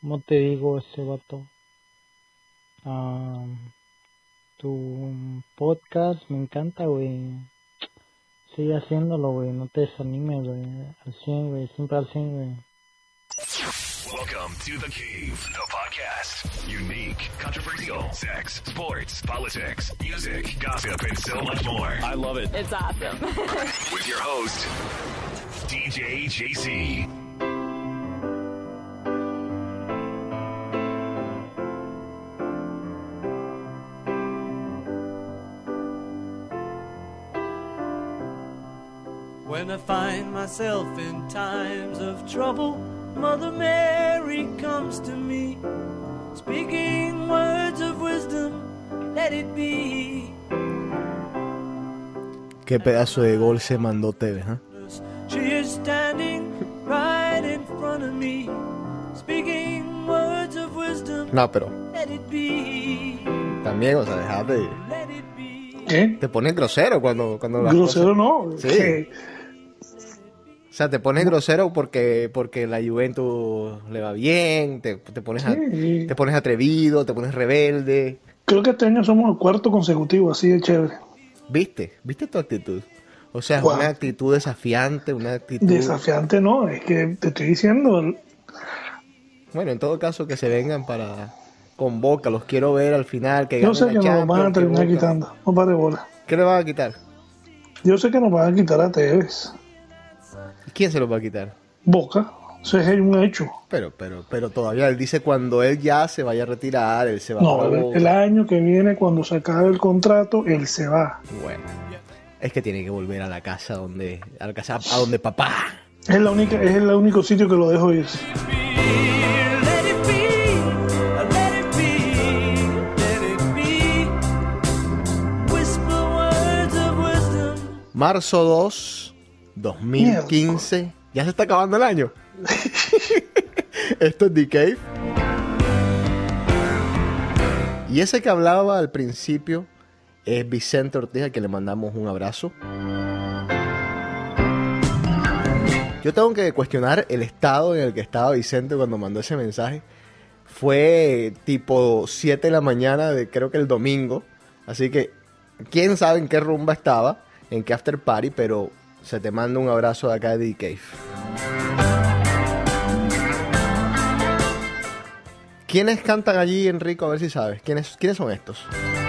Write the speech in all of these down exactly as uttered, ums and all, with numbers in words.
¿cómo te digo ese vato? Ah, tu podcast me encanta, güey. Sigue haciéndolo, güey. No te desanimes, güey. Al cien, güey. Siempre al cien, güey. Welcome to The Cave, the podcast. Unique, controversial, sex, sports, politics, music, gossip, and so much more. I love it. It's awesome. With your host, D J J C. When I find myself in times of trouble, Mother Mary comes to me, speaking words of wisdom, let it be. Qué pedazo de gol se mandó Tevez, ¿eh? She is standing right in front of me, speaking words of wisdom, No, pero let it be. también, o sea, dejate. Let it be. ¿Qué? Te pones grosero cuando, cuando las Grosero cosas- no. Sí. Que- O sea, te pones grosero porque porque la Juventus le va bien, te, te pones a- Sí. te pones atrevido, te pones rebelde. Creo que este año somos el cuarto consecutivo, así de chévere. ¿Viste? ¿Viste tu actitud? O sea, Wow. una actitud desafiante, una actitud... Desafiante no, es que te estoy diciendo, Bueno, en todo caso, que se vengan para... Con Boca, los quiero ver al final, que yo ganen sé la que nos van a Champions, que terminar Boca- quitando, no pare bola. ¿Qué le van a quitar? Yo sé que nos van a quitar a Tevez, ¿Quién se los va a quitar? Boca, eso es un hecho. Pero, pero, pero todavía él dice cuando él ya se vaya a retirar, él se va No, para el, Boca. el año que viene, cuando se acabe el contrato, él se va. Bueno, es que tiene que volver a la casa donde, a la casa a donde papá. Es la única, es el único sitio que lo dejo ir. Let it be, let it be, let it be. Whisper words of wisdom. Marzo dos, dos mil quince. Ya se está acabando el año. Esto es The Cave. Y ese que hablaba al principio es Vicente Ortiz, al que le mandamos un abrazo. Yo tengo que cuestionar el estado en el que estaba Vicente cuando mandó ese mensaje. Fue tipo siete de la mañana de creo que el domingo. Así que quién sabe en qué rumba estaba, en qué after party, pero se te manda un abrazo de acá de The Cave. ¿Quiénes cantan allí, Enrico? A ver si sabes. ¿Quiénes, ¿quiénes son estos?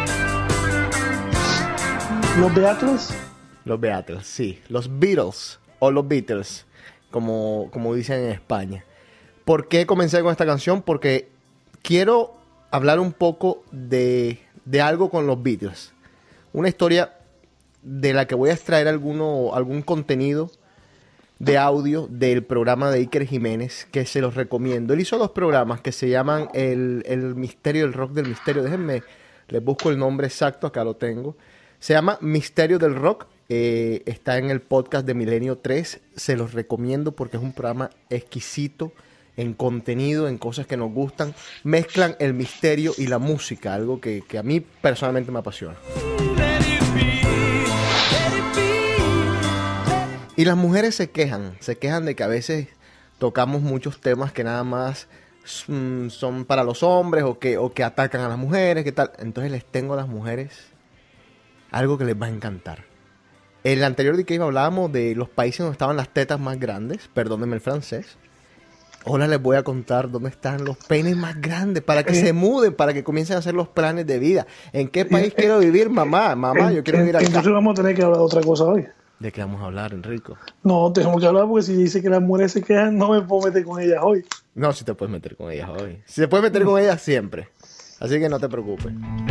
Los Beatles, Los Beatles, sí. Los Beatles o los Beatles, como, como dicen en España. ¿Por qué comencé con esta canción? Porque quiero hablar un poco de, de algo con los Beatles. Una historia de la que voy a extraer alguno, algún contenido de audio del programa de Iker Jiménez, que se los recomiendo. Él hizo dos programas que se llaman El, el Misterio, el Rock del Misterio. Déjenme, les busco el nombre exacto, acá lo tengo. Se llama Misterio del Rock. Eh, está en el podcast de Milenio tres. Se los recomiendo porque es un programa exquisito en contenido, en cosas que nos gustan. Mezclan el misterio y la música, algo que, que a mí personalmente me apasiona. Let it be, let it be. Y las mujeres se quejan, se quejan de que a veces tocamos muchos temas que nada más mm, son para los hombres o que, o que atacan a las mujeres, ¿qué tal? Entonces les tengo a las mujeres algo que les va a encantar. En el anterior de que hablábamos de los países donde estaban las tetas más grandes, perdónenme el francés. Ahora les voy a contar dónde están los penes más grandes para que Eh. se muden, para que comiencen a hacer los planes de vida. ¿En qué país quiero vivir, mamá? Mamá, yo quiero vivir acá. entonces vamos a tener que hablar de otra cosa hoy. ¿De qué vamos a hablar, Enrico? No, tenemos que hablar porque si dice que las mujeres se quejan, no me puedo meter con ellas hoy. No, si te puedes meter con ellas hoy. Si te puedes meter con ellas siempre. Así que no te preocupes.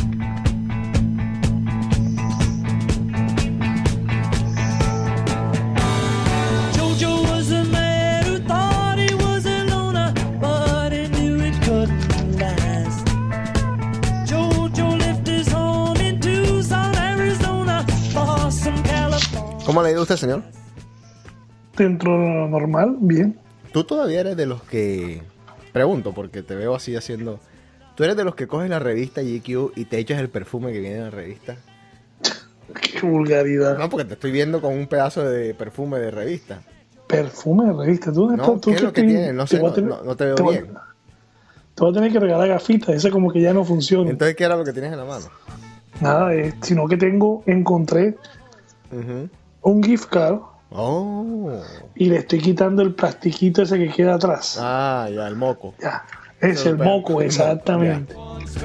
Jojo was a man who thought he was a loner, but he knew it couldn't last. Jojo left his home in Tucson, Arizona, for some California. ¿Cómo le ha ido a usted, señor? Dentro de lo normal, bien. Tú todavía eres de los que... Pregunto, porque te veo así haciendo... ¿Tú eres de los que coges la revista G Q y te echas el perfume que viene en la revista? Qué vulgaridad. No, porque te estoy viendo con un pedazo de perfume de revista. Perfume de revista. ¿Tú, No, tú ¿qué es lo que te- tiene? No sé, te voy a no- tener- no- no te veo voy a- bien. Te voy a tener que regalar gafitas, ese como que ya no funciona. Entonces, ¿qué era lo que tienes en la mano? Nada, eh, sino que tengo, encontré Uh-huh. un gift card Oh. y le estoy quitando el plastiquito ese que queda atrás. Ah, ya, el moco. Ya, es Pero, el pero, moco, el exactamente.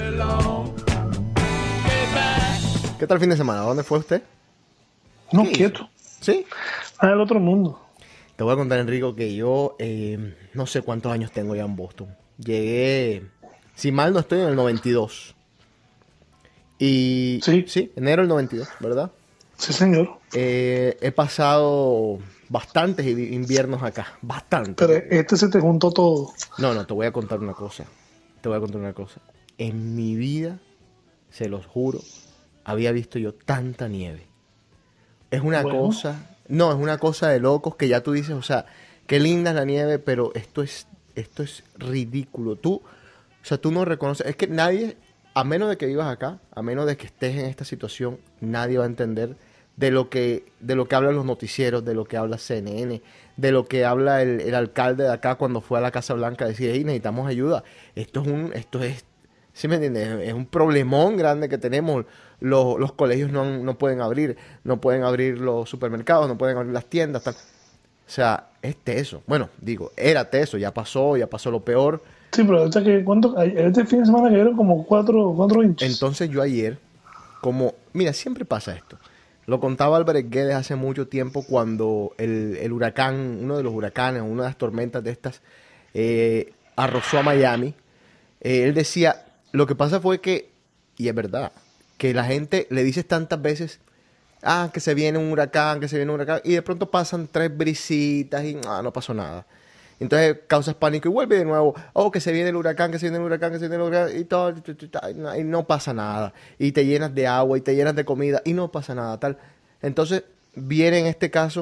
¿Qué tal el fin de semana? ¿Dónde fue usted? No, ¿Qué hizo? quieto. ¿Sí? Ah, el otro mundo. Te voy a contar, Enrico, que yo eh, no sé cuántos años tengo ya en Boston. Llegué, si mal no estoy, en el noventa y dos. Y Sí. sí, enero del noventa y dos, ¿verdad? Sí, señor. Eh, he pasado bastantes i- inviernos acá, bastantes. Pero este se te juntó todo. No, no, te voy a contar una cosa. Te voy a contar una cosa. En mi vida, se los juro, había visto yo tanta nieve. Es una Bueno. cosa, no, es una cosa de locos que ya tú dices, o sea, qué linda es la nieve, pero esto es, esto es ridículo. Tú, o sea, tú no reconoces, es que nadie, a menos de que vivas acá, a menos de que estés en esta situación, nadie va a entender de lo que, de lo que hablan los noticieros, de lo que habla C N N, de lo que habla el, el alcalde de acá cuando fue a la Casa Blanca a decir, hey, necesitamos ayuda. Esto es un, esto es, ¿sí me entiendes? Es un problemón grande que tenemos. Los, los colegios no, han- no pueden abrir, no pueden abrir los supermercados, no pueden abrir las tiendas, tal. O sea, es teso. Bueno, digo, era teso, ya pasó, ya pasó lo peor. Sí, pero ahorita que, ¿cuánto? Este fin de semana cayeron como cuatro, cuatro inches. Entonces yo ayer, como, mira, siempre pasa esto. Lo contaba Álvarez Guedes hace mucho tiempo cuando el, el huracán, uno de los huracanes, una de las tormentas de estas, eh, arrasó a Miami. Eh, él decía, lo que pasa fue que, y es verdad, que la gente le dice tantas veces, ah, que se viene un huracán, que se viene un huracán, y de pronto pasan tres brisitas y ah, no pasó nada. Entonces causas pánico y vuelve de nuevo, oh, que se viene el huracán, que se viene el huracán, que se viene el huracán, y todo, y no- y no pasa nada. Y te llenas de agua, y te llenas de comida, y no pasa nada, tal. Entonces viene en este caso,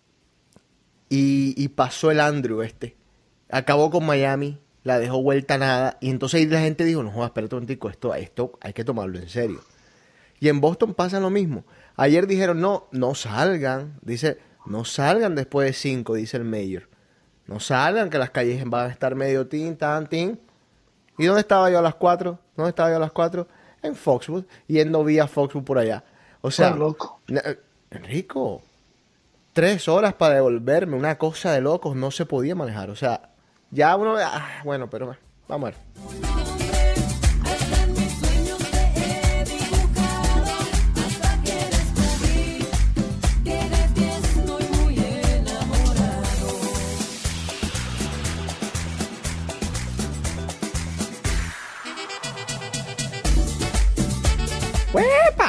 y, y pasó el Andrew este. Acabó con Miami, la dejó vuelta a nada, y entonces ahí la gente dijo, no jodas, espérate un momentico, esto, esto hay que tomarlo en serio. Y en Boston pasa lo mismo. Ayer dijeron, no, no salgan. Dice, no salgan después de cinco, dice el mayor. No salgan, que las calles van a estar medio tin, tan, tin. ¿Y dónde estaba yo a las cuatro? ¿Dónde estaba yo a las cuatro? En Foxwood, yendo vía Foxwood por allá. O sea, Ah, loco. na- eh, Enrico, tres horas para devolverme, una cosa de locos, no se podía manejar. O sea, ya uno, ah, bueno, pero bueno, vamos a ver. ¡Huepa!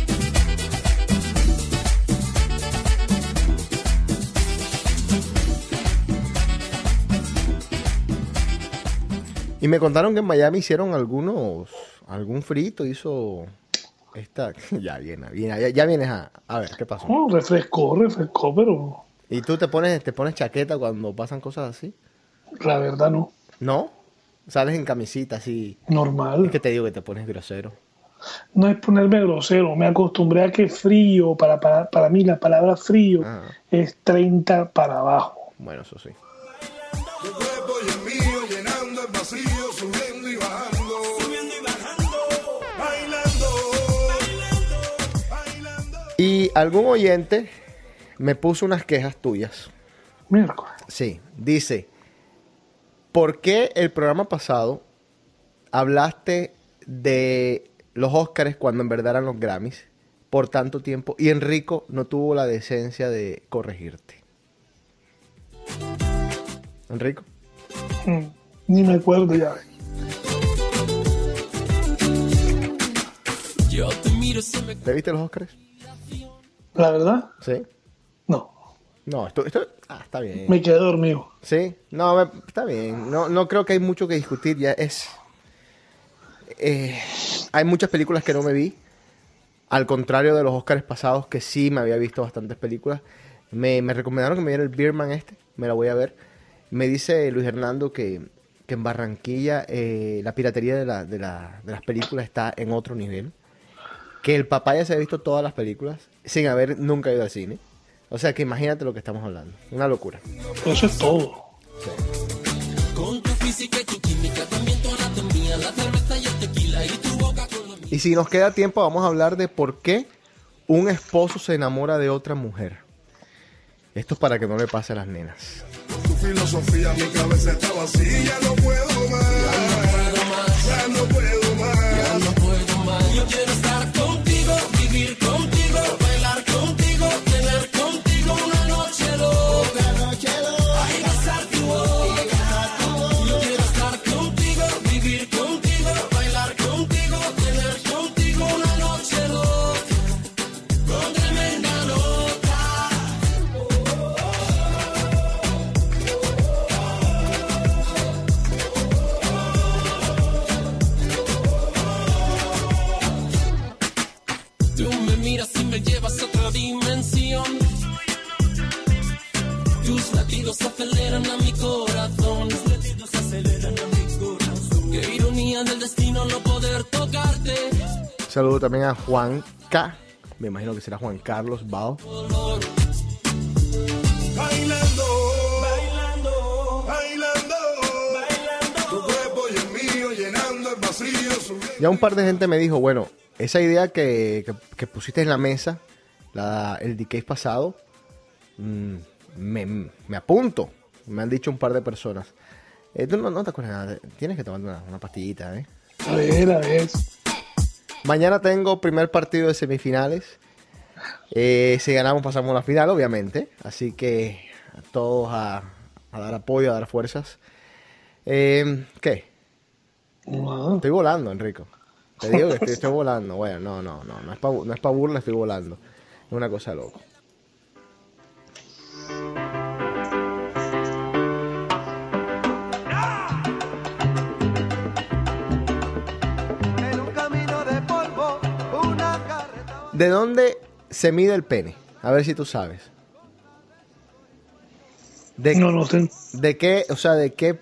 Y me contaron que en Miami hicieron algunos, algún frito hizo esta, ya viene, viene ya, ya vienes a, a ver qué pasó. Oh, refrescó, refrescó, pero ¿Y tú te pones, te pones chaqueta cuando pasan cosas así? la verdad no. ¿No? Sales en camisita así. Normal. Es que te digo que te pones grosero. No es ponerme grosero, me acostumbré a que frío, para, para, para mí la palabra frío Ah. es treinta para abajo. Bueno, eso sí. Tu cuerpo y el mío llenando el vacío, subiendo y bajando, subiendo y bajando, bailando, bailando, bailando. Y algún oyente me puso unas quejas tuyas. Miércoles. Sí, dice, ¿por qué el programa pasado hablaste de los Óscares cuando en verdad eran los Grammys por tanto tiempo y Enrico no tuvo la decencia de corregirte? Enrico. Mm, ni me acuerdo ya. ¿Te viste los Óscares? La verdad, Sí. no. No, esto, esto ah, está bien. Me quedé dormido. Sí, no, me- está bien. No, no creo que hay mucho que discutir. Ya es. eh, hay muchas películas que no me vi. Al contrario de los Oscars pasados, que sí me había visto bastantes películas. Me, me recomendaron que me viera el Birdman este. Me la voy a ver. Me dice Luis Hernando que, que en Barranquilla eh, la piratería de, la, de, la, de las películas está en otro nivel. Que el papá ya se ha visto todas las películas sin haber nunca ido al cine. O sea que imagínate lo que estamos hablando. Una locura. Pero eso es todo. Con tu física y tu química también toda la Y si nos queda tiempo, vamos a hablar de por qué un esposo se enamora de otra mujer. Esto es para que no le pase a las nenas. Tu filosofía, mi cabeza está vacía, ya no puedo más. Ya no puedo más. Ya no puedo más. Yo quiero estar contigo, vivir contigo, bailar contigo, tener contigo una noche loca. Una noche loca. Ay, besar tu boca. Yo quiero estar contigo, vivir contigo, bailar contigo, tener contigo una noche loca. Con tremenda nota. Tú me miras y me llevas a otra dimensión. Tus latidos aceleran a mi corazón. Tus latidos aceleran a mi corazón. Qué ironía del destino no poder tocarte. Saludo también a Juan K. Me imagino que será Juan Carlos Bao. Bailando, bailando, bailando, bailando. Tu cuerpo y el mío llenando el vacío. Subiendo. Ya un par de gente me dijo, bueno, esa idea que, que, que pusiste en la mesa, la, el D K pasado, mmm, me, me apunto. Me han dicho un par de personas. Eh, tú no, no te acuerdas nada. Tienes que tomar una, una pastillita, ¿eh? A ver, a ver. Mañana tengo primer partido de semifinales. Eh, si ganamos pasamos a la final, obviamente. Así que a todos a, a dar apoyo, a dar fuerzas. Eh, ¿Qué? Wow. Estoy volando, Enrico. Te digo que estoy, estoy volando. Bueno, no, no, no. No es para no es pa burla, estoy volando. Es una cosa loca. En un camino de polvo, una carreta. ¿De dónde se mide el pene? A ver si tú sabes. ¿De, No, no sé. ¿De qué? O sea, ¿de qué?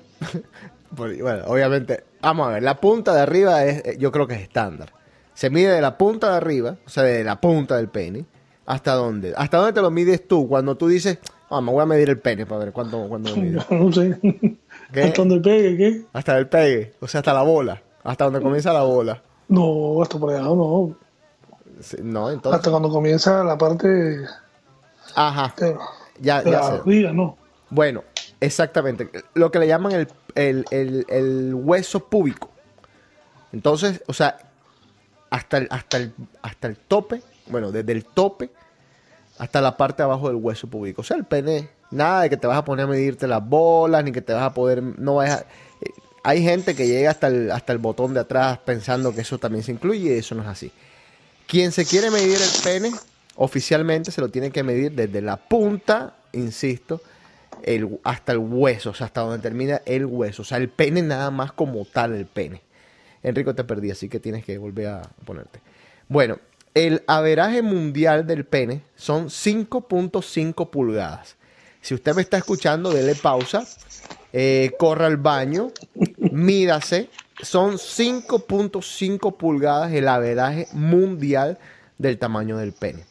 Bueno, obviamente, vamos a ver. La punta de arriba es, yo creo que es estándar. Se mide de la punta de arriba, o sea, de la punta del pene, ¿hasta dónde? ¿Hasta dónde te lo mides tú? Cuando tú dices, ah, me voy a medir el pene para ver cuánto, cuánto lo mides. No, no sé. ¿Qué? ¿Hasta dónde pegue? ¿Qué? Hasta el pegue, o sea, hasta la bola. Hasta donde comienza la bola. No, hasta por allá no. Sí, no, entonces. Hasta cuando comienza la parte de, Ajá. de Ya, ya la sé. barriga, ¿no? Bueno, exactamente. Lo que le llaman el, el, el, el hueso púbico. Entonces, o sea, hasta el, hasta el, hasta el tope, bueno, desde el tope hasta la parte de abajo del hueso púbico. O sea, el pene, nada de que te vas a poner a medirte las bolas, ni que te vas a poder, no vas a, eh, hay gente que llega hasta el, hasta el botón de atrás pensando que eso también se incluye y eso no es así. Quien se quiere medir el pene, oficialmente se lo tiene que medir desde la punta, insisto, el, hasta el hueso, o sea, hasta donde termina el hueso. O sea, el pene nada más como tal, el pene. Enrico, te perdí, así que tienes que volver a ponerte. Bueno, el averaje mundial del pene son cinco punto cinco pulgadas. Si usted me está escuchando, dele pausa, eh, corra al baño, mídase. Son cinco punto cinco pulgadas el averaje mundial del tamaño del pene.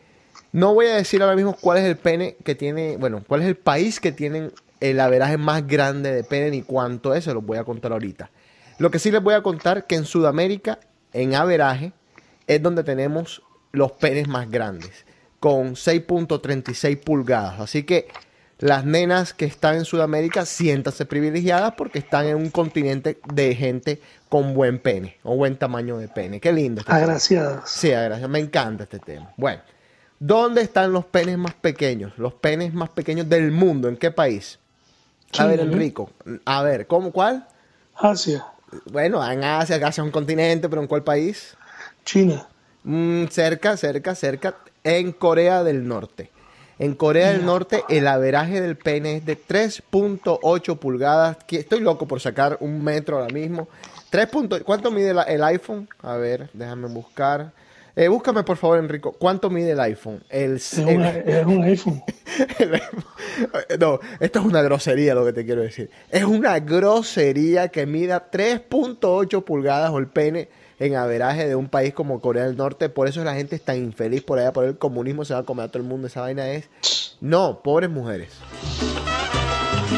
No voy a decir ahora mismo cuál es el pene que tiene, bueno, cuál es el país que tiene el averaje más grande de pene ni cuánto es, se los voy a contar ahorita. Lo que sí les voy a contar que en Sudamérica, en averaje, es donde tenemos los penes más grandes, con seis punto treinta y seis pulgadas. Así que las nenas que están en Sudamérica, siéntanse privilegiadas porque están en un continente de gente con buen pene, o buen tamaño de pene. Qué lindo este tema. Agraciadas. Sí, agraciadas. Me encanta este tema. Bueno, ¿dónde están los penes más pequeños? Los penes más pequeños del mundo. ¿En qué país? A China, ver, ¿no? Enrico. A ver, ¿cómo? ¿Cuál? Asia, Bueno, en Asia, Asia es un continente, pero ¿en cuál país? China. Mm, cerca, cerca, cerca. En Corea del Norte. En Corea del Norte el averaje del pene es de tres punto ocho pulgadas. Que- Estoy loco por sacar un metro ahora mismo. tres. ¿Cuánto mide la- el iPhone? A ver, déjame buscar. Eh, búscame por favor, Enrico. ¿Cuánto mide el iPhone? El, Es, el- una- es un iPhone. el iPhone. No, esto es una grosería lo que te quiero decir. Es una grosería que mida tres punto ocho pulgadas o el pene en averaje de un país como Corea del Norte. Por eso la gente es tan infeliz por allá, por el comunismo se va a comer a todo el mundo. Esa vaina es... No, pobres mujeres.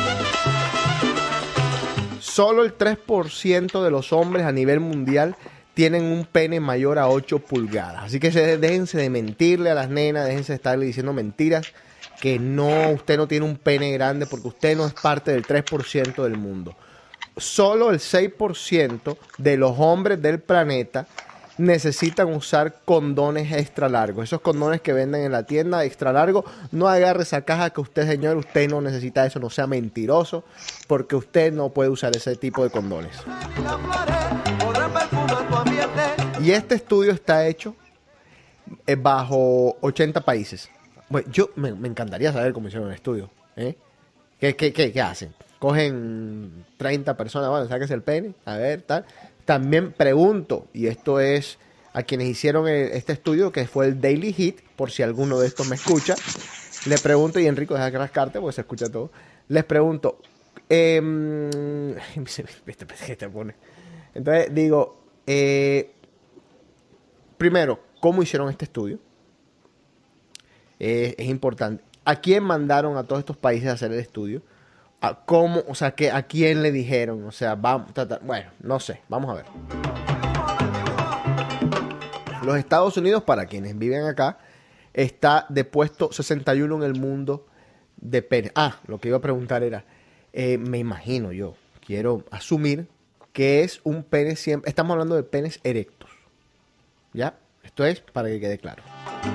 Solo el tres por ciento de los hombres a nivel mundial tienen un pene mayor a ocho pulgadas. Así que se, déjense de mentirle a las nenas, déjense de estarle diciendo mentiras, que no, usted no tiene un pene grande porque usted no es parte del tres por ciento del mundo. Solo el seis por ciento de los hombres del planeta necesitan usar condones extra largos. Esos condones que venden en la tienda extra largos, no agarre esa caja que usted, señor, usted no necesita eso, no sea mentiroso, porque usted no puede usar ese tipo de condones. Ni las flores podrán perfumar tu ambiente. Y este estudio está hecho eh, bajo ochenta países. Bueno, yo me, me encantaría saber cómo hicieron el estudio. ¿eh? ¿Qué, qué, qué, ¿Qué hacen? Cogen treinta personas, bueno, sáquense el pene, a ver, tal. También pregunto, y esto es a quienes hicieron el- este estudio, que fue el Daily Hit, por si alguno de estos me escucha, le pregunto, y Enrico, deja que rascarte porque se escucha todo. Les pregunto, eh, ¿qué te pone? Entonces digo, eh, primero, ¿cómo hicieron este estudio? Eh, es importante. ¿A quién mandaron a todos estos países a hacer el estudio? ¿A cómo? O sea, que ¿a quién le dijeron? O sea, vamos, ta, ta, bueno, no sé, vamos a ver. Los Estados Unidos, para quienes viven acá, está de puesto sesenta y uno en el mundo de pene. Ah, lo que iba a preguntar era, eh, me imagino yo, quiero asumir que es un pene siempre, estamos hablando de penes erectos. ¿Ya? Esto es para que quede claro.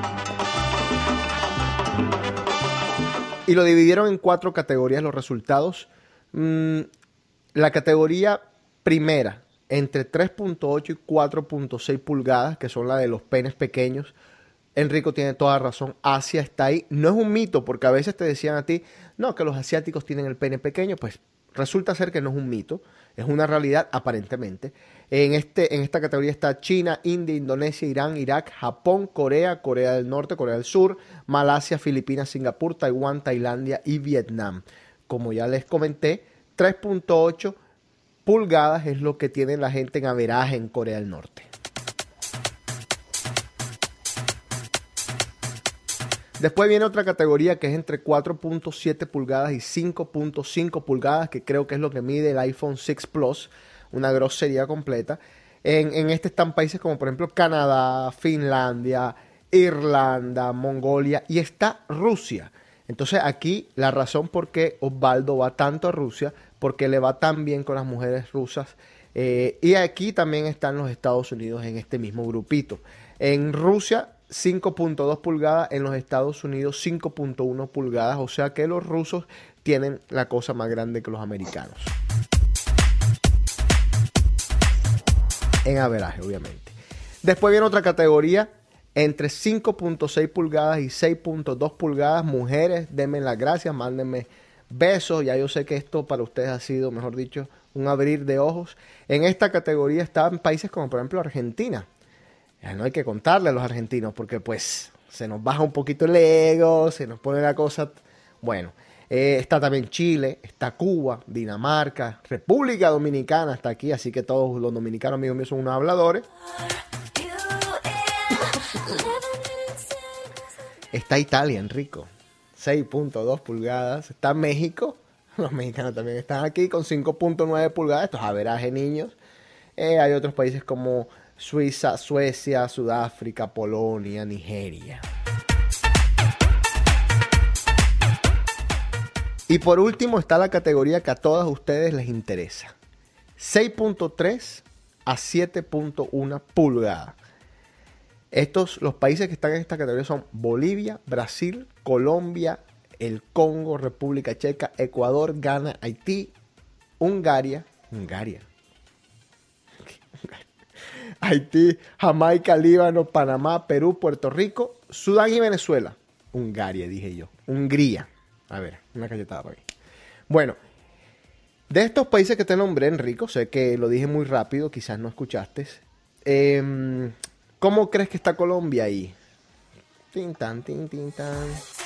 Y lo dividieron en cuatro categorías los resultados. Mm, la categoría primera, entre tres punto ocho y cuatro punto seis pulgadas, que son la de los penes pequeños. Enrico tiene toda razón, Asia está ahí. No es un mito, porque a veces te decían a ti, no, que los asiáticos tienen el pene pequeño. Pues resulta ser que no es un mito, es una realidad aparentemente. En, este, en esta categoría está China, India, Indonesia, Irán, Irak, Japón, Corea, Corea del Norte, Corea del Sur, Malasia, Filipinas, Singapur, Taiwán, Tailandia y Vietnam. Como ya les comenté, tres punto ocho pulgadas es lo que tiene la gente en averaje en Corea del Norte. Después viene otra categoría que es entre cuatro punto siete pulgadas y cinco punto cinco pulgadas, que creo que es lo que mide el iPhone seis Plus, una grosería completa. En, en este están países como por ejemplo Canadá, Finlandia, Irlanda, Mongolia y está Rusia. Entonces aquí la razón por qué Osvaldo va tanto a Rusia, porque le va tan bien con las mujeres rusas. Eh, y aquí también están los Estados Unidos en este mismo grupito. En Rusia cinco punto dos pulgadas, en los Estados Unidos cinco punto uno pulgadas, o sea que los rusos tienen la cosa más grande que los americanos. En averaje, obviamente. Después viene otra categoría, entre cinco punto seis pulgadas y seis punto dos pulgadas. Mujeres, denme las gracias, mándenme besos. Ya yo sé que esto para ustedes ha sido, mejor dicho, un abrir de ojos. En esta categoría están países como por ejemplo Argentina. Ya no hay que contarle a los argentinos porque pues se nos baja un poquito el ego, se nos pone la cosa... Bueno, eh, está también Chile, está Cuba, Dinamarca, República Dominicana está aquí, así que todos los dominicanos amigos míos son unos habladores. Está Italia, Enrico, seis punto dos pulgadas. Está México, los mexicanos también están aquí con cinco punto nueve pulgadas. Esto es averaje, niños. Eh, hay otros países como Suiza, Suecia, Sudáfrica, Polonia, Nigeria. Y por último está la categoría que a todos ustedes les interesa. seis punto tres a siete punto uno pulgadas. Estos, los países que están en esta categoría son Bolivia, Brasil, Colombia, el Congo, República Checa, Ecuador, Ghana, Haití, Hungaria, Hungaria, Haití, Jamaica, Líbano, Panamá, Perú, Puerto Rico, Sudán y Venezuela. Hungaria, dije yo. Hungría. A ver, una cachetada por ahí. Bueno, de estos países que te nombré, Enrico, sé que lo dije muy rápido, quizás no escuchaste. Eh, ¿Cómo crees que está Colombia ahí? Tin, tan, tin, tin, tan.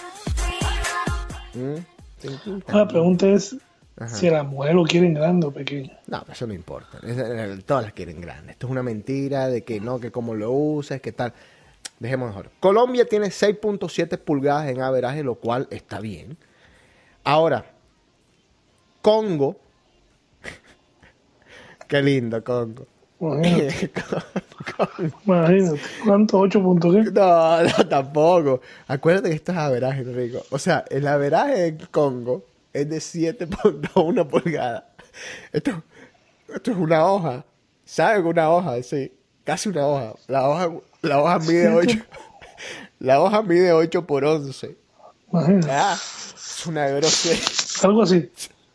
¿Mm? Tin, tin, tan. La pregunta es Ajá. si la mujer lo quieren grande o pequeño. No, eso no importa. Es- Todas las quieren grandes. Esto es una mentira de que no, que cómo lo uses, que tal. Dejemos mejor. Colombia tiene seis punto siete pulgadas en averaje, lo cual está bien. Ahora, Congo. Qué lindo, Congo. Imagínate. Imagínate. ¿Cuántos? ¿ocho puntos qué? No, no, tampoco. Acuérdate que esto es averaje, Enrico. O sea, el averaje del Congo es de siete punto uno pulgadas. Esto, esto es una hoja. ¿Sabes? Una hoja, sí. Casi una hoja. La hoja, la hoja mide ocho. La hoja mide ocho por once. Imagínate. Ah, es una grosería. Algo así.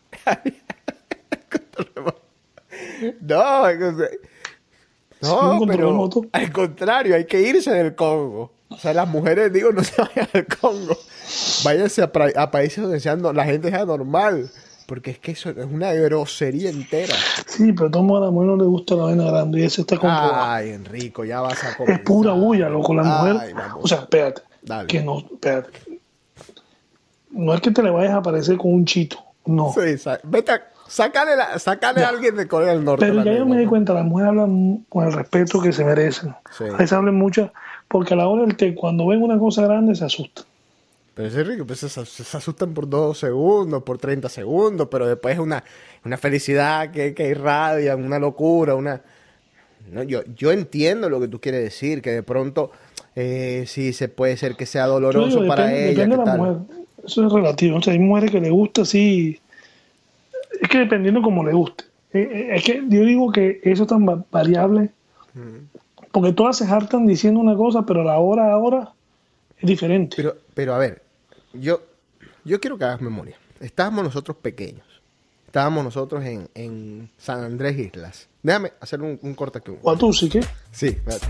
No, es que- no, un control pero remoto. al contrario, hay que irse del Congo. O sea, las mujeres, digo, no se vayan al Congo. Váyanse a, pra- a países donde sean no- la gente sea normal. Porque es que eso es una grosería entera. Sí, pero a todo modo a la mujer no le gusta la vaina grande y eso está comprobado. Ay, Enrico, ya vas a Es comenzar. pura bulla, loco, la Ay, mujer. vamos. O sea, espérate. Dale. Que no, espérate. No es que te le vayas a aparecer con un chito. No. Sí, sa- vete a, sácale, la- sácale a alguien de Corea del Norte. Pero la ya yo nena. me di cuenta, las mujeres hablan con el respeto que se merecen. Sí. A veces hablan mucho, porque a la hora del té, cuando ven una cosa grande, se asustan. Pero es rico, pues se, se- se asustan por dos segundos, por treinta segundos, pero después es una, una felicidad que, que irradia, una locura, una... No, yo, yo entiendo lo que tú quieres decir, que de pronto eh, sí se puede ser que sea Yo doloroso digo, para depende, ella. depende ¿qué de la tal? mujer. Eso es relativo. O sea, hay mujeres que le gusta así. Es que dependiendo como le guste. Eh, eh, Es que yo digo que eso es tan va- variable. Porque todas se hartan diciendo una cosa, pero a la hora a hora es diferente. Pero, pero a ver, yo, yo quiero que hagas memoria. Estábamos nosotros pequeños. Estábamos nosotros en, en San Andrés Islas. Déjame hacer un, un corte aquí. O a tú sí que. Sí, espérate.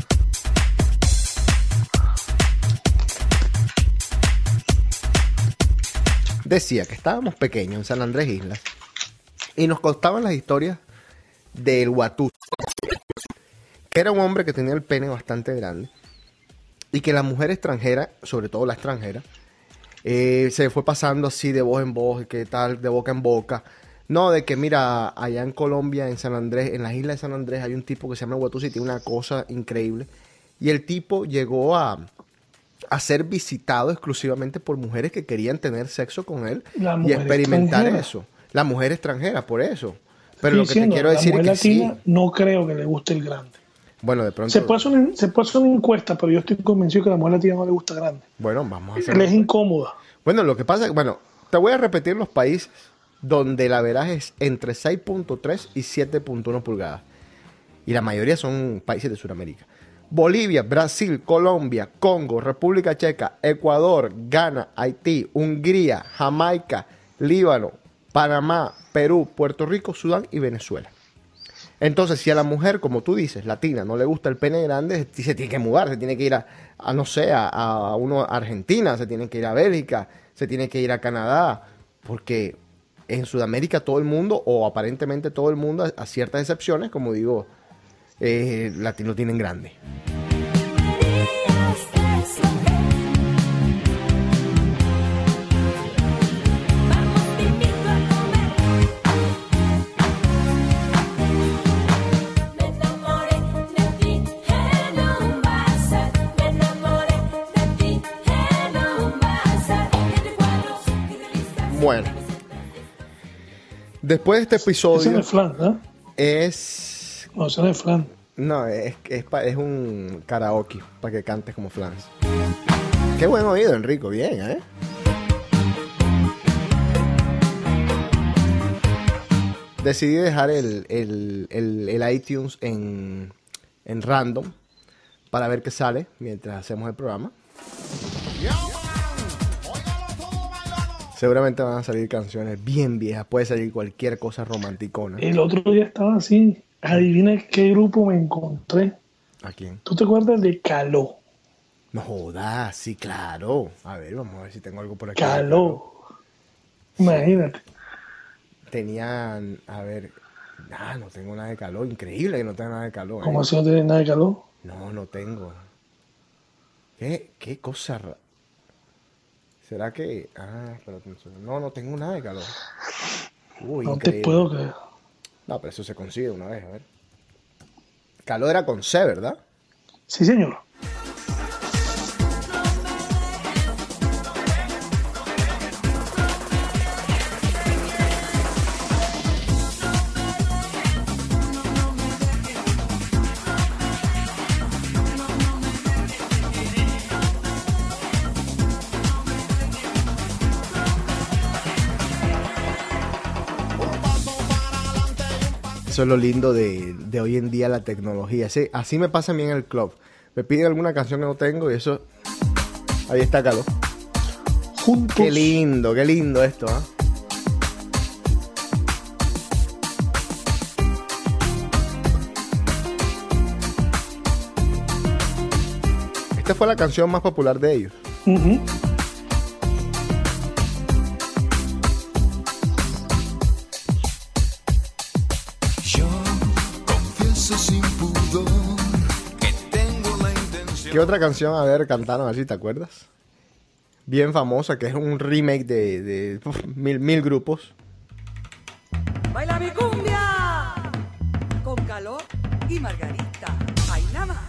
Decía que estábamos pequeños en San Andrés Islas y nos contaban las historias del Guatú, que era un hombre que tenía el pene bastante grande y que la mujer extranjera, sobre todo la extranjera, eh, se fue pasando así de voz en voz, que tal, de boca en boca. No, de que mira, allá en Colombia, en San Andrés, en las islas de San Andrés, hay un tipo que se llama Guatú y tiene una cosa increíble. Y el tipo llegó a, a ser visitado exclusivamente por mujeres que querían tener sexo con él La y mujer experimentar extranjera. eso. La mujer extranjera, por eso. Pero Estoy lo que te diciendo, quiero la decir es mujer que sí. latina no creo que le guste el grande. Bueno, de pronto. Se puede, hacer una, se puede hacer una encuesta, pero yo estoy convencido que a la mujer latina no le gusta grande. Bueno, vamos a Le hacer. es incómoda. Bueno, lo que pasa es que, bueno, te voy a repetir los países donde la averaje es entre seis punto tres y siete punto uno pulgadas. Y la mayoría son países de Sudamérica. Bolivia, Brasil, Colombia, Congo, República Checa, Ecuador, Ghana, Haití, Hungría, Jamaica, Líbano, Panamá, Perú, Puerto Rico, Sudán y Venezuela. Entonces, si a la mujer, como tú dices, latina, no le gusta el pene grande, se tiene que mudar, se tiene que ir a, a no sé, a, a uno, a Argentina, se tiene que ir a Bélgica, se tiene que ir a Canadá, porque en Sudamérica todo el mundo, o aparentemente todo el mundo, a, a ciertas excepciones, como digo, eh, latino tienen grande. Vamos, te invito a comer. Me enamoré de ti en un bazar. Me enamoré de ti en un bazar. Entre cuadros y revistas. Bueno, después de este Ese no episodio es flan, ¿no? es... No, ese no es flan. No, es, es, pa- es un karaoke para que cantes como Flans. Qué buen oído, Enrico. Bien, ¿eh? Decidí dejar el, el, el, el iTunes en, en random para ver qué sale mientras hacemos el programa. Seguramente van a salir canciones bien viejas. Puede salir cualquier cosa romanticona. El otro día estaba así. Adivina qué grupo me encontré. ¿A quién? ¿Tú te acuerdas de Caló? No jodas, sí, claro. A ver, vamos a ver si tengo algo por aquí. Caló. Imagínate. Tenían, a ver, ah, no tengo nada de calor. Increíble que no tenga nada de calor. ¿Cómo ¿eh? así no tienes nada de Caló? No, no tengo. ¿Qué, qué cosa rara? ¿Será que...? Ah, espérate un segundo. No, no tengo nada de calor. Uy, No increíble. te puedo creer. No, pero eso se consigue una vez, a ver. Calor era con C, ¿verdad? Sí, señor. eso es lo lindo de, de hoy en día, la tecnología. Sí, así me pasa a mí en el club. Me piden alguna canción que no tengo y eso... Ahí está, Carlos. Juntos. Qué lindo, qué lindo esto, ¿ah? Esta fue la canción más popular de ellos. Ujú. Yo confieso sin pudor que tengo la intención. ¿Qué otra canción, a ver, cantaron así, te acuerdas? Bien famosa, que es un remake de, de uf, mil, mil grupos. Baila mi cumbia con calor y margarita. Ay, nada más.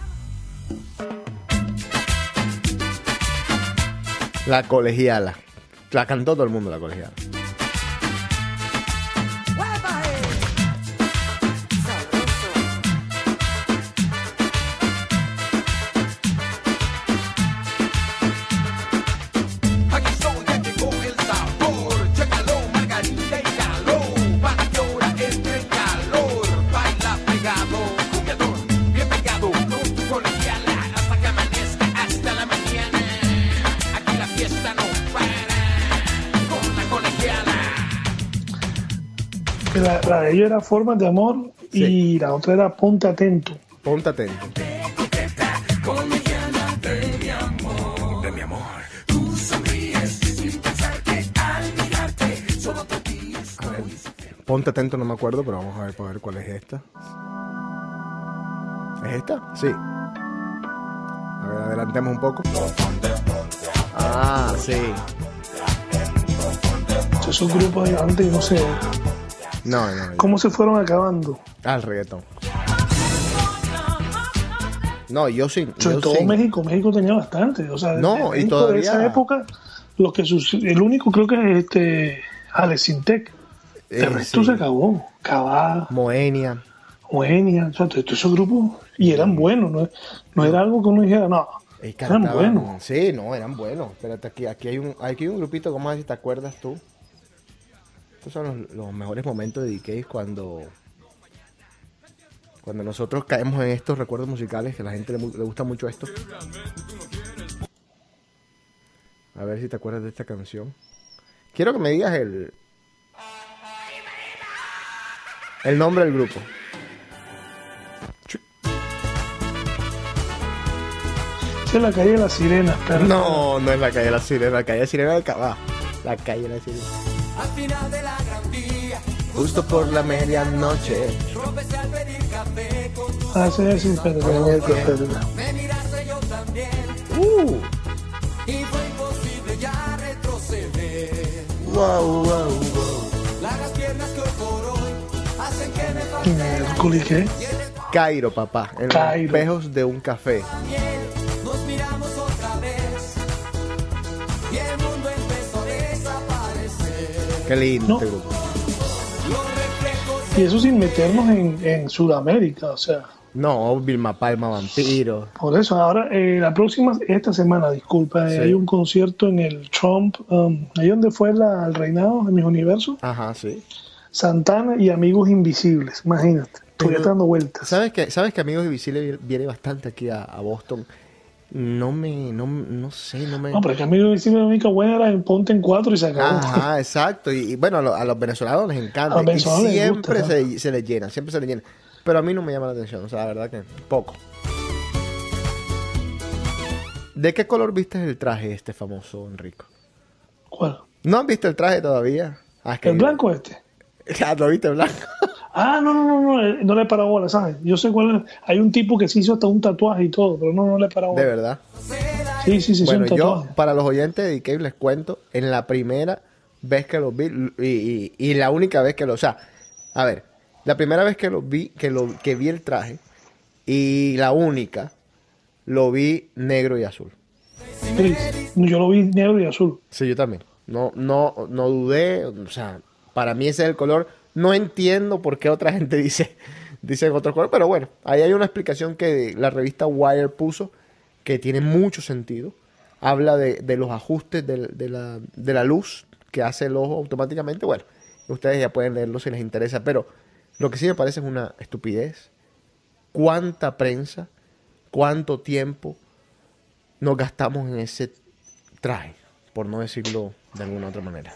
La Colegiala. La cantó todo el mundo, la Colegiala. ¡Hueva, eh! Sabroso. Aquí estoy, ya llegó el sabor. Chécalo, margarita y calor. Para que ahora entre en calor. Baila pegado, cumbiador, bien pegado con tu colegiala. Hasta que amanezca, hasta la mañana. Aquí la fiesta no para. Con la colegiala. La, la de ellos era Formas de Amor Sí. y la otra era Ponte Atento. Ponte atento. Colegiala de mi amor. De mi amor. Tú sonríes sin pensar que al mirarte solo por ti estoy. Ponte atento, no me acuerdo, pero vamos a ver, para ver cuál es esta. ¿Es esta? Sí. A ver, adelantemos un poco. Ah, sí. Esos grupos de antes, no sé No, no. no. cómo se fueron acabando. Ah, el reggaetón. No, yo sí. Sobre yo todo sí. México, México tenía bastante. O sea, No, de y México todavía- de esa época, lo que suce- el único creo que es este Alex Sintec. El Eh, resto sí. se acabó. Cabá, Moenia. Eugenia, o sea, todos esos grupos, y eran buenos, no, no era algo que uno dijera, no, Y eran cantaban- buenos. Sí, no, eran buenos. Espérate, aquí, aquí hay un, aquí hay un grupito, ¿cómo si te acuerdas tú? Estos son los, los mejores momentos de D K cuando cuando nosotros caemos en estos recuerdos musicales, que a la gente le, mu- le gusta mucho esto. A ver si te acuerdas de esta canción. Quiero que me digas el el nombre del grupo. Esa es la calle de las sirenas, pero No, no es la calle de la Sirena, la calle de la Sirena del Cabá. La calle de la Sirena. Al final de la gran vía, Justo por la medianoche. tropecé al pedir café con tu. ah, sí, sí, espérate, espérate, espérate. Me miraste yo también. Uh, Y fue imposible ya retroceder. wow, wow, wow. Largas piernas que hoy por hoy hacen que me falte Miércoles, ¿qué? Cairo, papá, en Cairo. los espejos de un café. miel. Nos miramos otra vez. Y el mundo empezó a desaparecer. Qué lindo No. este grupo. Los reflejos Y eso sin meternos en, en Sudamérica, o sea, No, Vilma Palma, Vampiro. por eso, ahora, eh, la próxima, esta semana, disculpa, eh, Sí. hay un concierto en el Trump, um, ahí donde fue la, el reinado de mis universos, Ajá, sí. Santana y Amigos Invisibles, imagínate, todavía Pero, dando vueltas. ¿Sabes que, ¿Sabes que Amigos Invisibles viene bastante aquí a, a Boston? No me, no, no sé, no me... No, pero es que Amigos Invisibles la única buena era en Ponte en Cuatro y se acabó. Ajá, exacto. Y, y bueno, a, lo- a los venezolanos les encanta. A los Y venezolanos les siempre gusta, se, se les llena, siempre se les llena. Pero a mí no me llama la atención, o sea, la verdad que poco. ¿De qué color viste el traje este famoso, Enrico? ¿Cuál? ¿No han visto el traje todavía? Ah, es que ¿El blanco este? Ya lo viste blanco. Ah, no, no, no, no, eh, no le he parado bola, ¿sabes? Yo sé cuál es. Hay un tipo que se hizo hasta un tatuaje y todo, pero no, no le he parado De bola. verdad. Sí, sí, sí, Bueno, es un yo, tatuaje. para los oyentes de D K les cuento, en la primera vez que los vi, y, y- y la única vez que lo, o sea, a ver, la primera vez que lo vi, que lo, que vi el traje, y la única, lo vi negro y azul. Sí, yo lo vi negro y azul. Sí, yo también. No, no, no dudé, o sea, para mí ese es el color. No entiendo por qué otra gente dice, dice otro color, pero bueno, ahí hay una explicación que la revista Wire puso que tiene mucho sentido. Habla de, de los ajustes de, de la, de la luz que hace el ojo automáticamente. Bueno, ustedes ya pueden leerlo si les interesa, pero Lo que sí me parece es una estupidez. ¿Cuánta prensa, cuánto tiempo nos gastamos en ese traje? Por no decirlo de alguna otra manera.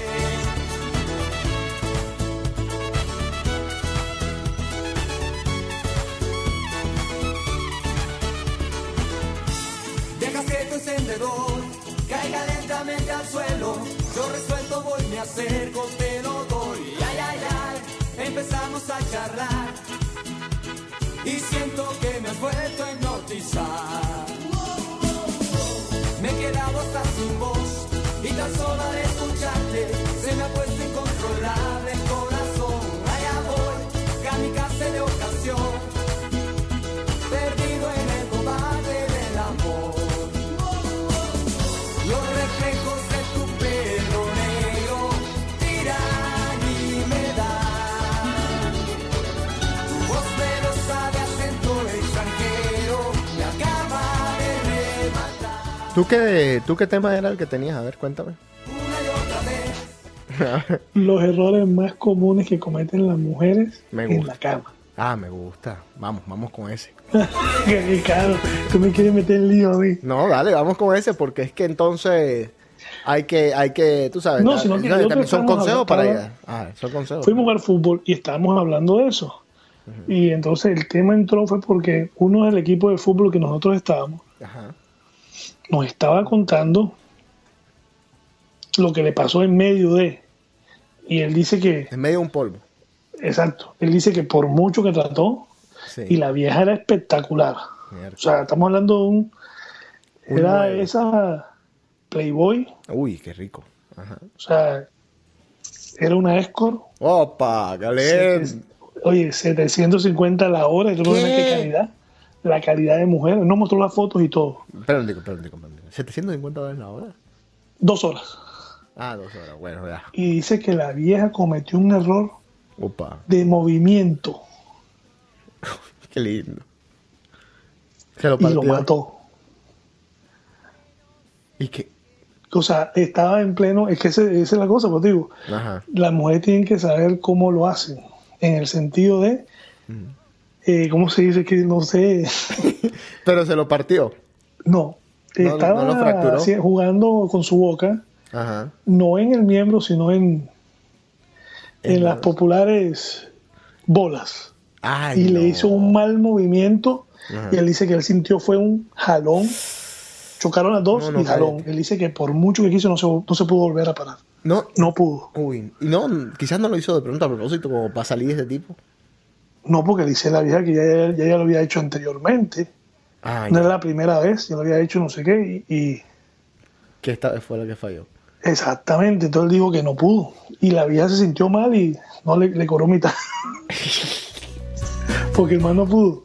Dejas que tu encendedor caiga lentamente al suelo. Yo resuelto, voy, me acerco, te lo doy. Ay, ay, ay, empezamos a charlar. Y siento que me has vuelto a hipnotizar. Me he quedado hasta sin voz. Y tan solo al escucharte se me ha puesto incontrolable el corazón. Allá voy, kamikaze de ocasión, perdido en el combate del amor. Los reflejos de tu pelo negro tiran y me dan. Tu voz melosa de acento extranjero me acaba de rematar. ¿Tú qué, ¿Tú qué tema era el que tenías? A ver, cuéntame. Una y otra vez. Los errores más comunes que cometen las mujeres Me en gusta. la cama. Ah, me gusta. Vamos, vamos con ese. Qué caro, tú me quieres meter en lío a mí. No, dale, vamos con ese porque es que entonces hay que, hay que, tú sabes, No, da- sino que no, nosotros también son estamos consejos para hablando- ella. Ah, son consejos. Fuimos a jugar fútbol y estábamos hablando de eso. Y entonces el tema entró fue porque uno del equipo de fútbol que nosotros estábamos Ajá. nos estaba contando lo que le pasó en medio de. Y él dice que, En medio de un polvo. exacto, él dice que por mucho que trató, Sí. y la vieja era espectacular. Mierda. O sea, estamos hablando de un... Un Era nueve. esa Playboy, Uy, qué rico. Ajá. o sea, era una escort. Opa, caliente. Oye, setecientos cincuenta la hora, y tú no ¿Qué? ves qué calidad. La calidad de mujer. Nos mostró las fotos y todo. Espera un tico, espera un tico, espera un tico. setecientos cincuenta dólares la hora. Dos horas. Ah, dos horas. Bueno, ya. Y dice que la vieja cometió un error Opa, de movimiento qué lindo. Se lo y partió. lo mató. ¿Y qué? O sea, estaba en pleno... Es que ese- esa es la cosa, pues digo. Ajá. Las mujeres tienen que saber cómo lo hacen. En el sentido de... eh, ¿Cómo se dice? Que no sé... Pero se lo partió. No. No, Estaba no lo fracturó. así, jugando con su boca. Ajá. No en el miembro, sino en... En En las la- populares bolas. Ay, Y no. le hizo un mal movimiento. Ajá. Y él dice que él sintió fue un jalón. Chocaron las dos No, no, y jalón. cállate. Él dice que por mucho que quiso no se, no se pudo volver a parar. No. No pudo. Uy, y no, quizás no lo hizo de pronto a propósito, como para salir de ese tipo. No, porque dice la vieja que ya, ya, ya lo había hecho anteriormente. Ay, No era la primera vez, ya lo había hecho no sé qué. Y, y que esta vez fue la que falló. exactamente, entonces él dijo que no pudo. Y la vieja se sintió mal y no le, le cobró mitad. Porque el man no pudo.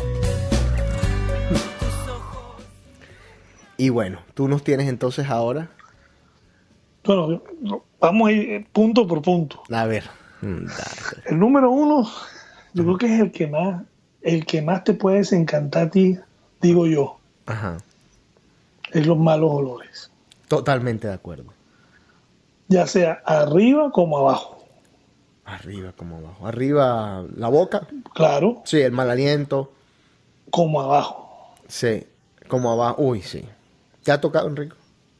Y bueno, tú nos tienes entonces ahora. Bueno, yo- no, vamos a ir eh, punto por punto. A ver. Mm, dale. El número uno, yo creo que es el que más, el que más te puede desencantar a ti, digo yo, Ajá. es los malos olores. Totalmente de acuerdo. Ya sea arriba como abajo. Arriba como abajo. Arriba la boca. Claro, Sí, el mal aliento. como abajo. Sí. Como abajo. Uy, sí. ¿Te ha tocado, Enrico?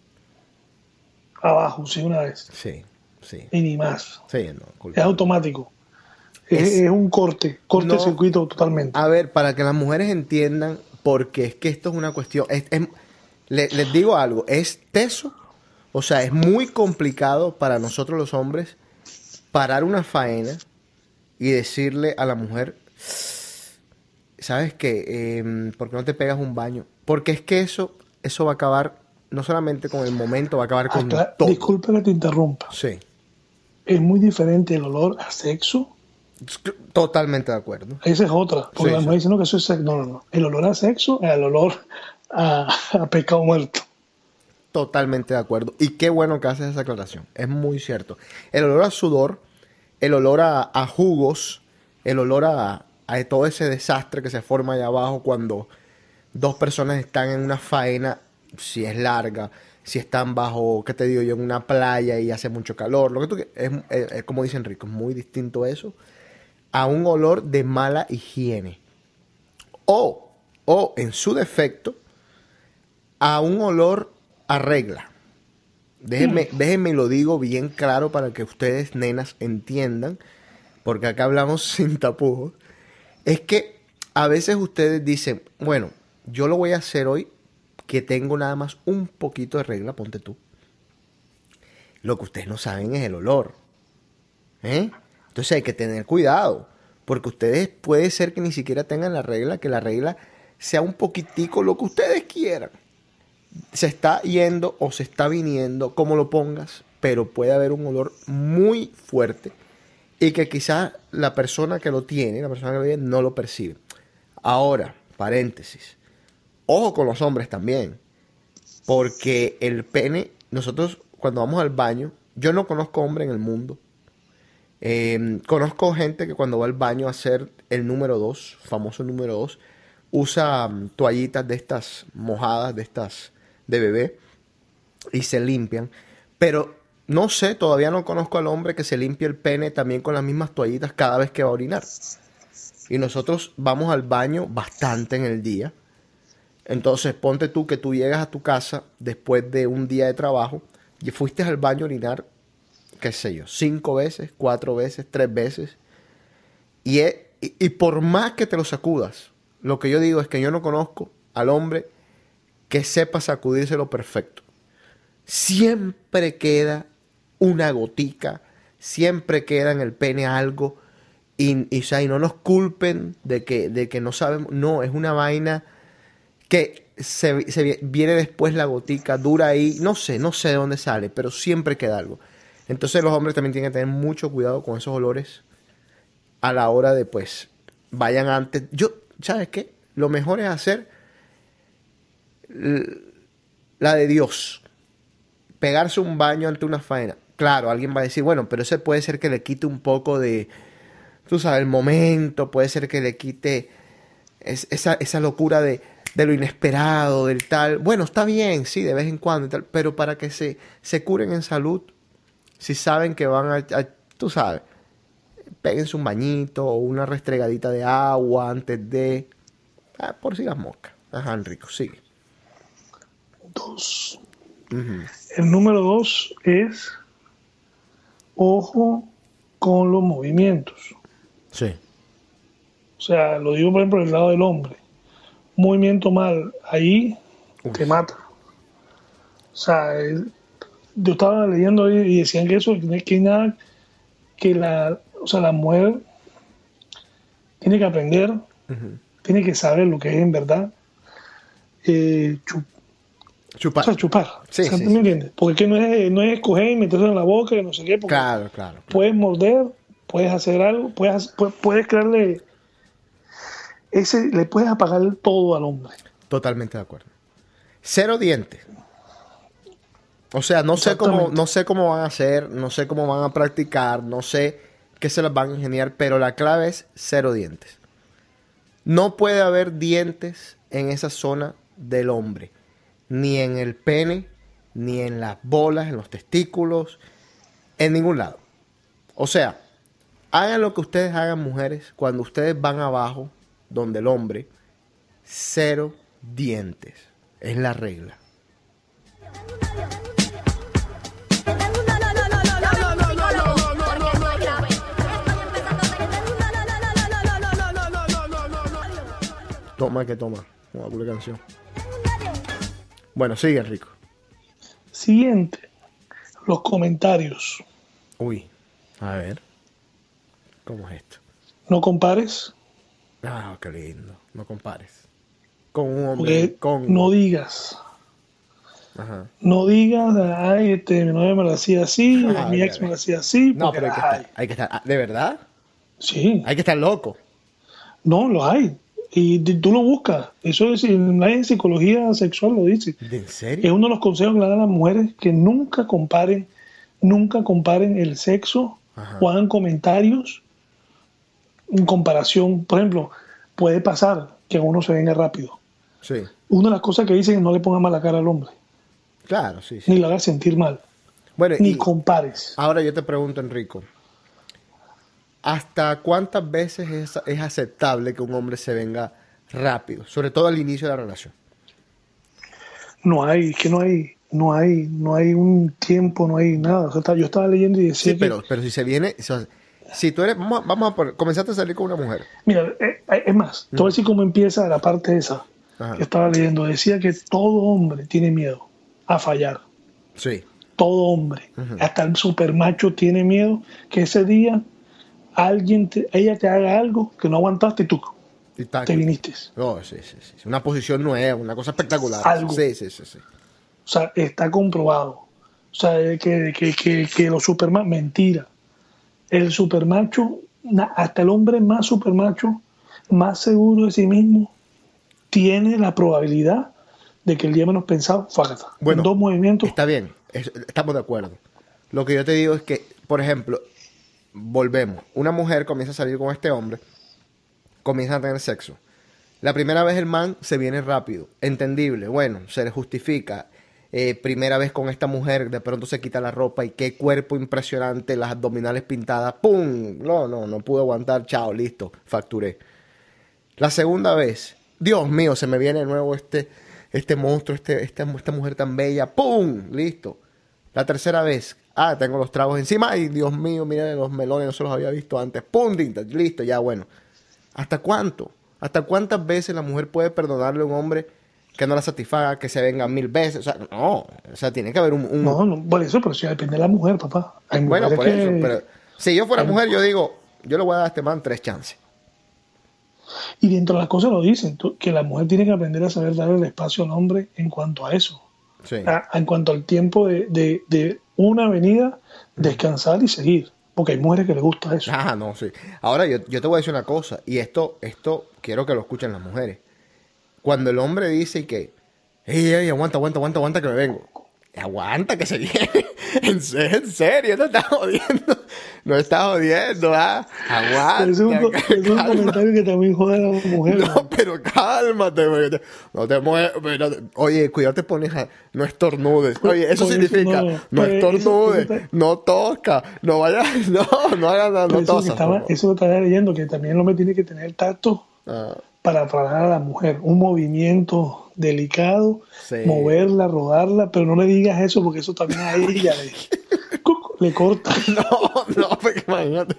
Abajo, sí, una vez. Sí. Sí. Y ni más. Sí, no. Es culpa. automático. Es, Es- es un corte, corte No. de circuito totalmente. A ver, para que las mujeres entiendan, porque es que esto es una cuestión. es- es- le- les digo algo, es teso, o sea, es muy complicado para nosotros los hombres parar una faena y decirle a la mujer, ¿sabes qué? Em, ¿por qué no te pegas un baño? Porque es que eso, eso va a acabar no solamente con el momento, va a acabar con Acla- todo. Disculpa que te interrumpa. Sí, Es muy diferente el olor a sexo. totalmente de acuerdo. Esa es otra. Porque Sí, las sí. mujeres dicen "No, que eso es sexo". No, no, no. El olor a sexo es el olor a, a pescado muerto. Totalmente de acuerdo. Y qué bueno que haces esa aclaración. Es muy cierto. El olor a sudor, el olor a, a jugos, el olor a, a todo ese desastre que se forma allá abajo cuando dos personas están en una faena, si es larga, si están bajo, ¿qué te digo yo?, en una playa y hace mucho calor. Lo que tú, que- es, es- es como dice Enrico, es muy distinto eso a un olor de mala higiene. O, o en su defecto, a un olor a regla. Déjenme, déjenme lo digo bien claro para que ustedes, nenas, entiendan, porque acá hablamos sin tapujos. Es que a veces ustedes dicen, bueno, yo lo voy a hacer hoy que tengo nada más un poquito de regla, ponte tú. Lo que ustedes no saben es el olor. ¿Eh? Entonces hay que tener cuidado, porque ustedes puede ser que ni siquiera tengan la regla, que la regla sea un poquitico lo que ustedes quieran. Se está yendo o se está viniendo, como lo pongas, pero puede haber un olor muy fuerte y que quizás la persona que lo tiene, la persona que lo tiene, no lo percibe. Ahora, paréntesis, ojo con los hombres también, porque el pene, nosotros cuando vamos al baño, yo no conozco hombre en el mundo. Eh, conozco gente que cuando va al baño a hacer el número dos, famoso número dos, usa um, toallitas de estas mojadas, de estas de bebé, y se limpian. Pero no sé, todavía no conozco al hombre que se limpie el pene también con las mismas toallitas cada vez que va a orinar. Y nosotros vamos al baño bastante en el día. Entonces ponte tú que tú llegas a tu casa después de un día de trabajo y fuiste al baño a orinar, qué sé yo, cinco veces, cuatro veces, tres veces. Y, es, y, y por más que te lo sacudas, lo que yo digo es que yo no conozco al hombre que sepa sacudírselo perfecto. Siempre queda una gotica, siempre queda en el pene algo. Y, y, o sea, y no nos culpen de que, de que no sabemos. No, es una vaina que se, se viene después la gotica, dura ahí. No sé, no sé de dónde sale, pero siempre queda algo. Entonces los hombres también tienen que tener mucho cuidado con esos olores a la hora de, pues, vayan antes. Yo, ¿sabes qué? Lo mejor es hacer la de Dios. Pegarse un baño ante una faena. Claro, alguien va a decir, bueno, pero ese puede ser que le quite un poco de, tú sabes, el momento. Puede ser que le quite es, esa, esa locura de, de lo inesperado, del tal. Bueno, está bien, sí, de vez en cuando y tal, pero para que se, se curen en salud, si saben que van a, a, tú sabes, péguense un bañito o una restregadita de agua antes de, ah, por si las moscas. Ajá, Enrico, sigue. Dos. Uh-huh. El número dos es ojo con los movimientos. Sí. O sea, lo digo por ejemplo del lado del hombre. Un movimiento mal ahí Uf. te mata. O sea, el, yo estaba leyendo y decían que eso, que nada, que la, o sea, la mujer tiene que aprender, uh-huh. tiene que saber lo que es en verdad eh, chup, chupar. O sea, chupar. Sí, o sea, sí, ¿me sí. entiendes? Porque no es, no es escoger y meterse en la boca y no sé qué. Porque Claro, claro, claro. puedes morder, puedes hacer algo, puedes, puedes, puedes crearle ese, le puedes apagar todo al hombre. Totalmente de acuerdo. Cero dientes. O sea, no sé cómo, no sé cómo van a hacer, no sé cómo van a practicar, no sé qué se las van a ingeniar, pero la clave es cero dientes. No puede haber dientes en esa zona del hombre, ni en el pene, ni en las bolas, en los testículos, en ningún lado. O sea, hagan lo que ustedes hagan, mujeres, cuando ustedes van abajo, donde el hombre, cero dientes. Es la regla. Toma que toma. Una cool canción. Bueno, sigue, Enrico. Siguiente, los comentarios. Uy, a ver. ¿Cómo es esto? No compares. Ah, qué lindo. No compares. Con un hombre. Porque Con... no digas. Ajá. No digas, ay, este, mi novia me lo hacía así, Ah, mi ya, ex ya. me lo hacía así. No, porque, pero hay que, ay, estar, hay que estar. ah, ¿De verdad? Sí, Hay que estar loco. no, lo hay. Y t- tú lo buscas. Eso es, en psicología sexual lo dice. ¿De en Es serio? uno de los consejos que le dan a las mujeres que nunca comparen, nunca comparen el sexo Ajá. o hagan comentarios en comparación. Por ejemplo, puede pasar que uno se venga rápido. Sí. Una de las cosas que dicen es no le ponga mala cara al hombre, Claro, sí, sí. ni lo hagas sentir mal, Bueno, ni y compares. ahora yo te pregunto, Enrico. ¿hasta cuántas veces es, es aceptable que un hombre se venga rápido? Sobre todo al inicio de la relación. No hay, que no hay, no hay, no hay un tiempo, no hay nada. O sea, está- yo estaba leyendo y decía Sí, que, pero, pero si se viene... o sea, si tú eres... Vamos a, vamos a poner- comenzaste a salir con una mujer. mira, eh, eh, es más, te voy a decir cómo empieza la parte esa Ajá. que estaba leyendo. Decía que todo hombre tiene miedo a fallar. Sí. Todo hombre, hasta el supermacho tiene miedo que ese día alguien, te- ella te haga algo que no aguantaste y tú Y tac. te viniste. Oh, sí, sí, sí. Una posición nueva, una cosa espectacular. Algo. Sí, sí, sí, sí. O sea, está comprobado. O sea, eh, que, que, que, que los supermachos, mentira. El supermacho, na- hasta el hombre más supermacho, más seguro de sí mismo, tiene la probabilidad de que el día menos pensado, fácata. Bueno, En dos movimientos, Está bien, es- estamos de acuerdo. Lo que yo te digo es que, por ejemplo, volvemos. Una mujer comienza a salir con este hombre, comienza a tener sexo. La primera vez el man se viene rápido, entendible, bueno, se le justifica. Eh, primera vez con esta mujer, de pronto se quita la ropa y qué cuerpo impresionante, las abdominales pintadas, ¡pum! No, no, no pude aguantar, chao, listo, facturé. La segunda vez, Dios mío, se me viene de nuevo este, este monstruo, este, esta, esta mujer tan bella, ¡pum! Listo. La tercera vez, ah, tengo los tragos encima, ay, Dios mío, miren los melones, no se los había visto antes, ¡pum! Listo, ya bueno. ¿Hasta cuánto? ¿Hasta cuántas veces la mujer puede perdonarle a un hombre que no la satisfaga, que se venga mil veces? O sea, no, o sea, tiene que haber un... un- no, no, por eso, pero si depende de la mujer, papá. Hay bueno, mujeres por que- eso, pero si yo fuera mujer, yo digo, yo le voy a dar a este man tres chances. Y dentro de las cosas lo dicen, tú- que la mujer tiene que aprender a saber darle el espacio al hombre en cuanto a eso. Sí. A- en cuanto al tiempo de, de- de una avenida, descansar y seguir. Porque hay mujeres que les gusta eso. Ah, no, sí. Ahora, yo, yo te voy a decir una cosa, y esto, esto quiero que lo escuchen las mujeres. Cuando el hombre dice que, ey, ey, aguanta, aguanta, aguanta, aguanta que me vengo. Aguanta que se viene. en, se- en serio, no estás jodiendo. No estás jodiendo, ¿ah? Aguanta. Pero eso es un, co- eso es un calma. comentario que también jode a las mujeres. No, pero cálmate, porque te- no te mueves. pero- Oye, cuidado, te pones a, no estornudes. Oye, eso Por eso significa, no, no, pero eso- estornudes, eso está- no tosca, no vayas, no, no hagas nada, Pero no eso, que tosas. estaba, por favor. eso lo estaba leyendo, que también el hombre tiene que tener tacto Ah, para parar a la mujer. Un movimiento delicado, Sí. moverla, rodarla, pero no le digas eso porque eso también a ella le, cuc, le corta. no, no, porque imagínate.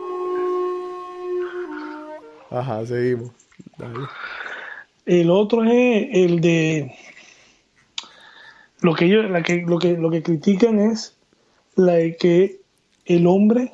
Ajá, seguimos. Dale. El otro es el de lo que ellos, la que, lo que lo que critican es la de que el hombre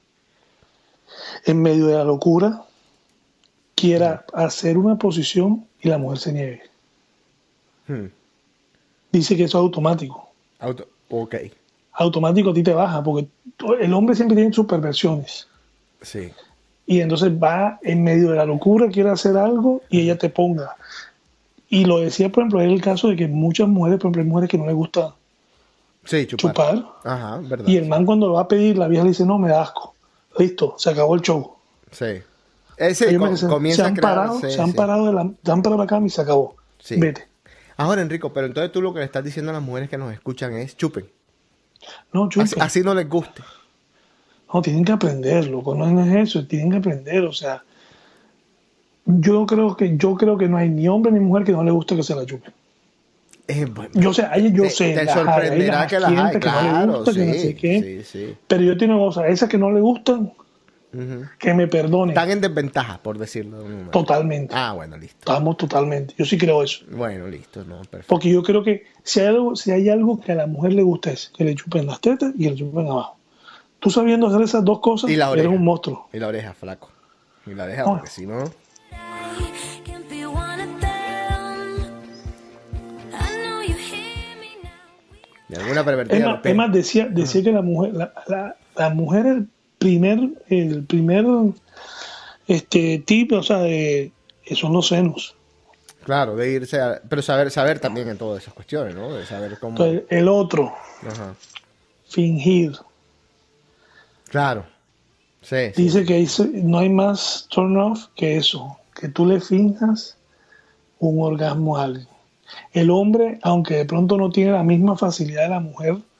en medio de la locura quiera hacer una posición y la mujer se niegue. Hmm. Dice que eso es automático. Auto, ok, Automático a ti te baja, porque el hombre siempre tiene sus perversiones. sí. Y entonces va en medio de la locura, quiere hacer algo y ella te ponga. Y lo decía, por ejemplo, es el caso de que muchas mujeres, por ejemplo, hay mujeres que no les gusta Sí, chupar. chupar. Ajá, verdad. Y el man cuando lo va a pedir, la vieja le dice, no, me da asco. Listo, se acabó el show. Sí. Ese Ellos co- me dicen, comienza se a han crear... parado, sí, se han sí. parado de la, se han parado de la cama y se acabó. Sí. Vete. Ahora, Enrico, pero entonces tú lo que le estás diciendo a las mujeres que nos escuchan es chupen. No, chupe. Así, así no les guste. No, tienen que aprender, loco, no es eso, tienen que aprender, o sea, yo creo que yo creo que no hay ni hombre ni mujer que no le guste que se la chupen. Eh, bueno, Yo sé, ahí yo te, sé, te las hay, hay sorprenderá las que las hay, asquientas que no le claro, gusta, sí, que no sé qué. sí, sí. Pero yo tengo cosas, esas que no le gustan, Ujú. que me perdonen. Están en desventaja, por decirlo de una manera. Totalmente. Ah, bueno, listo. Estamos totalmente. Yo sí creo eso. Bueno, listo, no, perfecto. Porque yo creo que si hay algo, si hay algo que a la mujer le gusta es que le chupen las tetas y que le chupen abajo. Tú sabiendo hacer esas dos cosas, Y la eres oreja. un monstruo. Y la oreja, flaco. Y la oreja, No. porque si no... Can't be one of them. I know you hear me now. De alguna Es pervertida. más, es más, decía, decía que la mujer, la, la, la mujer el primer, el primer este tipo, o sea, de, son los senos. Claro, de irse a... Pero saber, saber también en todas esas cuestiones, ¿no? De saber cómo... Entonces, el otro, Ajá. fingir. Claro. Sí, sí. Dice que dice, no hay más turn off que eso, que tú le finjas un orgasmo a alguien. El hombre, aunque de pronto no tiene la misma facilidad de la mujer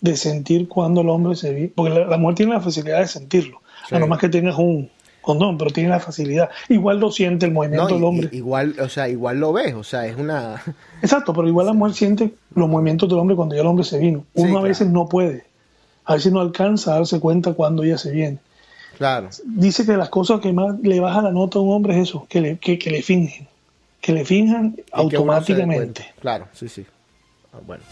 de sentir cuando el hombre se viene, porque la, la mujer tiene la facilidad de sentirlo, Sí. a no más que tengas un condón, pero tiene la facilidad. Igual lo siente el movimiento No, y- del hombre. y- igual, o sea, igual lo ves, o sea, es una... Exacto, pero igual la mujer siente los movimientos del hombre cuando ya el hombre se vino. Sí, Uno a claro. veces no puede, a veces no alcanza a darse cuenta cuando ella se viene. Claro. Dice que las cosas que más le baja la nota a un hombre es eso, que le, que, que le fingen, que le finjan Y que uno se dé automáticamente. cuenta. Claro, sí, sí. Ah, bueno.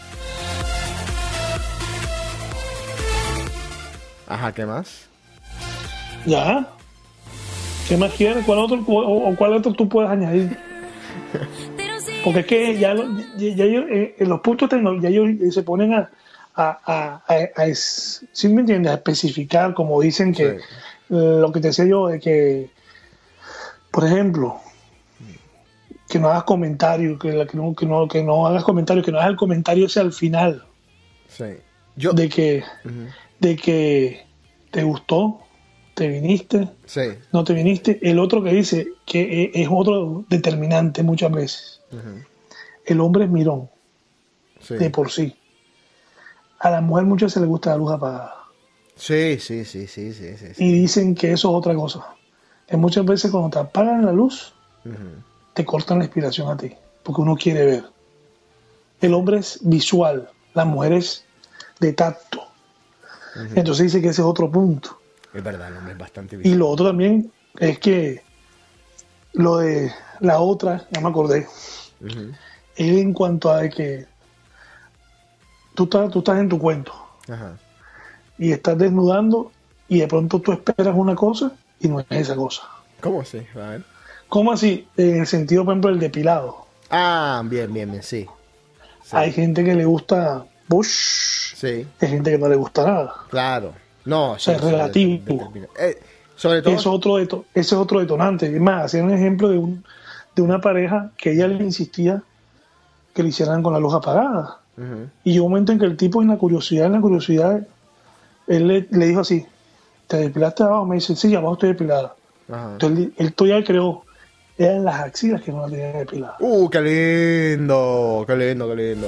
Ajá, ¿qué más? Ya. ¿Qué más quieres? ¿Cuál otro, o, o cuál otro tú puedes añadir? Porque es que ya, lo- ya, ya ellos, eh, en los puntos tecnológicos, ya ellos eh, se ponen a, a, a, a, a es- ¿sí me entiendes? A especificar, como dicen que Sí. eh, lo que te decía yo, de que, por ejemplo, que no hagas comentarios, que, la- que, no, que, no, que no hagas comentarios, que no hagas el comentario ese al final, Sí. Yo... de que, Ujú. de que te gustó, te viniste, Sí. no te viniste. El otro que dice que e- es otro determinante muchas veces. Ujú. El hombre es mirón, Sí. de por sí. A la mujer muchas veces le gusta la luz apagada. Sí, sí, sí, sí, sí, sí, sí. Y dicen que eso es otra cosa. Que muchas veces cuando te apagan la luz, Ujú. te cortan la inspiración a ti. Porque uno quiere ver. El hombre es visual, la mujer es de tacto. Entonces dice que ese es otro punto. Es verdad, el hombre es bastante Y visual. lo otro también es que lo de la otra, ya me acordé, Ujú. es en cuanto a de que tú estás, tú estás en tu cuento Ajá. y estás desnudando y de pronto tú esperas una cosa y no es esa cosa. ¿Cómo así? A ver. ¿Cómo así? En el sentido, por ejemplo, el depilado. Ah, bien, bien, bien, sí. Sí. Hay gente que le gusta Bush, Sí, hay gente que no le gusta nada. claro. No, sí, sea, es sí, relativo. determina. Eh, sobre todo... Eso es otro, deto- ese es otro detonante. Es más, hacían un ejemplo de, un, de una pareja que ella le insistía que le hicieran con la luz apagada. Ujú. Y llegó un momento en que el tipo, en la curiosidad, en la curiosidad, él le, le dijo así: ¿te depilaste abajo? Me dice, sí, abajo estoy depilada. Ajá. Entonces él, él todavía creó, eran las axilas que no la tenían depilada. Uh, qué lindo, qué lindo, qué lindo.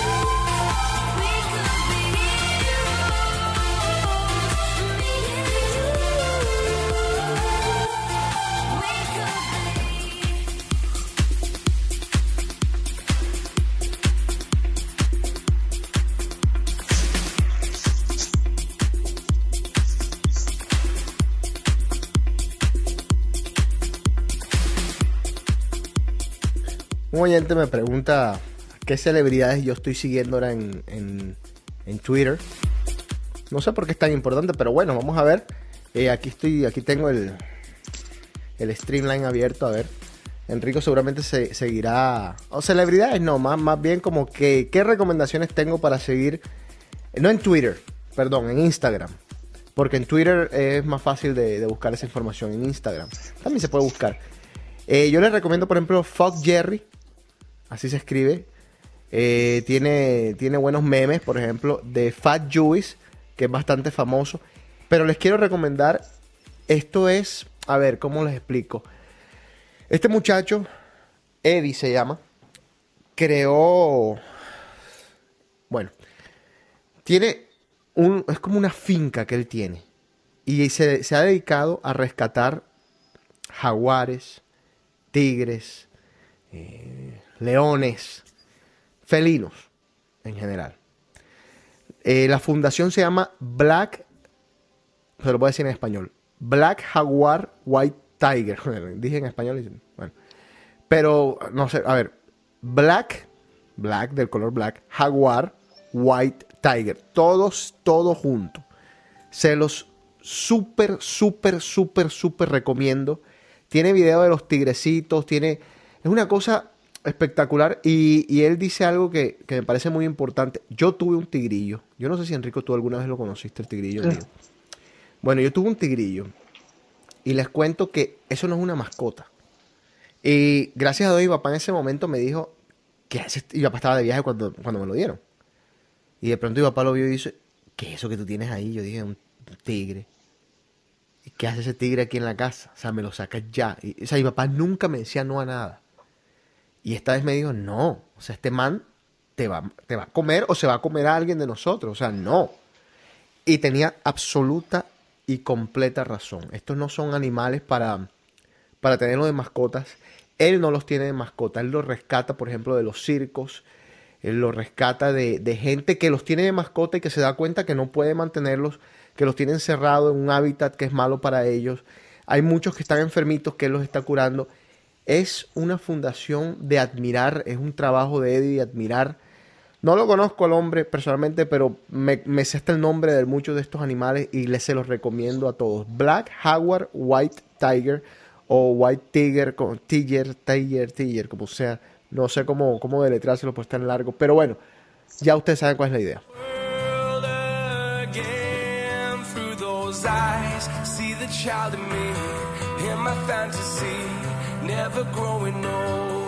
Un oyente me pregunta qué celebridades yo estoy siguiendo ahora en, en, en Twitter. No sé por qué es tan importante, pero bueno, vamos a ver. Eh, aquí estoy, aquí tengo el, el Streamline abierto, a ver. Enrico seguramente se, seguirá. O celebridades, no, más, más bien como que qué recomendaciones tengo para seguir. No en Twitter, perdón, en Instagram. Porque en Twitter es más fácil de, de buscar esa información. En Instagram también se puede buscar. Eh, yo les recomiendo, por ejemplo, Fuck Jerry. Así se escribe. Eh, tiene, tiene buenos memes, por ejemplo, de Fat Jewish, que es bastante famoso. Pero les quiero recomendar, esto es, a ver, ¿cómo les explico? Este muchacho, Eddie se llama, creó, bueno, tiene un, es como una finca que él tiene. Y se, se ha dedicado a rescatar jaguares, tigres, eh, leones, felinos en general. Eh, la fundación se llama Black, se lo voy a decir en español, Black Jaguar White Tiger. Dije en español y bueno. Pero, no sé, a ver, Black, Black del color Black, Jaguar White Tiger. Todos, todos juntos. Se los súper, súper, súper, súper recomiendo. Tiene video de los tigrecitos, tiene... Es una cosa espectacular y, y él dice algo que, que me parece muy importante. Yo tuve un tigrillo. Yo no sé si, Enrico, tú alguna vez lo conociste, el tigrillo mío. Bueno, yo tuve un tigrillo y les cuento que eso no es una mascota. Y gracias a Dios, mi papá en ese momento me dijo que ese, mi papá estaba de viaje cuando, cuando me lo dieron. Y de pronto mi papá lo vio y dice, ¿qué es eso que tú tienes ahí? Yo dije, un tigre. ¿Y qué hace ese tigre aquí en la casa? O sea, me lo sacas ya. Y, o sea, mi papá nunca me decía no a nada. Y esta vez me dijo, no. O sea, este man te va, te va a comer o se va a comer a alguien de nosotros. O sea, no. Y tenía absoluta y completa razón. Estos no son animales para, para tenerlos de mascotas. Él no los tiene de mascota. Él los rescata, por ejemplo, de los circos. Él los rescata de, de gente que los tiene de mascota y que se da cuenta que no puede mantenerlos, que los tiene encerrados en un hábitat que es malo para ellos. Hay muchos que están enfermitos que él los está curando. Es una fundación de admirar, es un trabajo de Eddie de admirar. No lo conozco al hombre personalmente, pero me, me sé hasta el nombre de muchos de estos animales y les se los recomiendo a todos. Black Jaguar White Tiger o White Tiger, con Tiger, Tiger, Tiger, como sea. No sé cómo, cómo deletrárselo, pues tan largo. Pero bueno, ya ustedes saben cuál es la idea. World again through those eyes, see the child in me, in my fantasy, never growing old.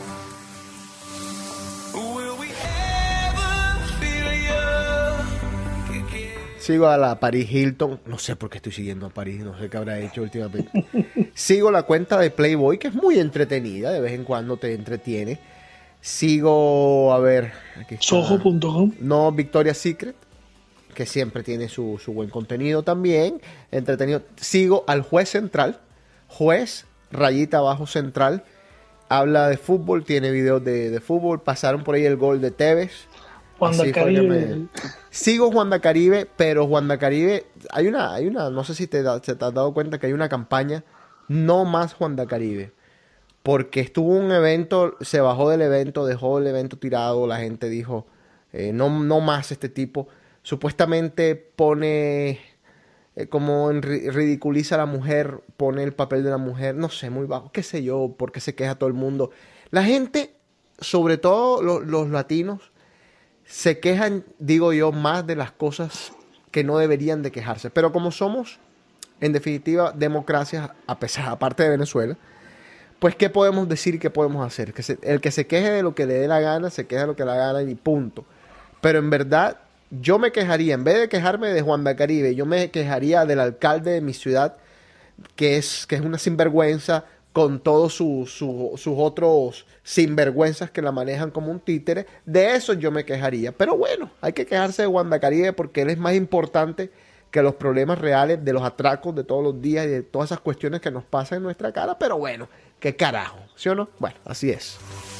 Will we ever feel young again? Sigo a la Paris Hilton. No sé por qué estoy siguiendo a Paris. No sé qué habrá hecho últimamente. Sigo la cuenta de Playboy, que es muy entretenida. De vez en cuando te entretiene. Sigo, a ver... Aquí está. Soho punto com. No, Victoria's Secret, que siempre tiene su, su buen contenido también. Entretenido. Sigo al Juez Central. Juez, rayita abajo Central. Habla de fútbol, tiene videos de, de fútbol. Pasaron por ahí el gol de Tevez. Juan Así da fue que Caribe. me- Sigo Juan da Caribe, pero Juan da Caribe, hay una, hay una, no sé si te, da- se te has dado cuenta que hay una campaña, no más Juan da Caribe, porque estuvo un evento, se bajó del evento, dejó el evento tirado, la gente dijo, eh, no, no más este tipo, supuestamente pone, eh, como en ri- ridiculiza a la mujer, pone el papel de la mujer, no sé, muy bajo, qué sé yo, porque se queja todo el mundo. La gente, sobre todo lo- los latinos, se quejan, digo yo, más de las cosas que no deberían de quejarse. Pero como somos, en definitiva, democracias, a pesar, aparte de Venezuela, pues ¿qué podemos decir y qué podemos hacer? Que se- el que se queje de lo que le dé la gana, se queja de lo que le da la gana y punto. Pero en verdad, yo me quejaría, en vez de quejarme de Juan da Caribe, yo me quejaría del alcalde de mi ciudad, que es, que es una sinvergüenza, con todos sus su- sus otros sinvergüenzas que la manejan como un títere. De eso yo me quejaría. Pero bueno, hay que quejarse de Juan da Caribe porque él es más importante que los problemas reales de los atracos de todos los días y de todas esas cuestiones que nos pasan en nuestra cara. Pero bueno, qué carajo, ¿sí o no? Bueno, así es.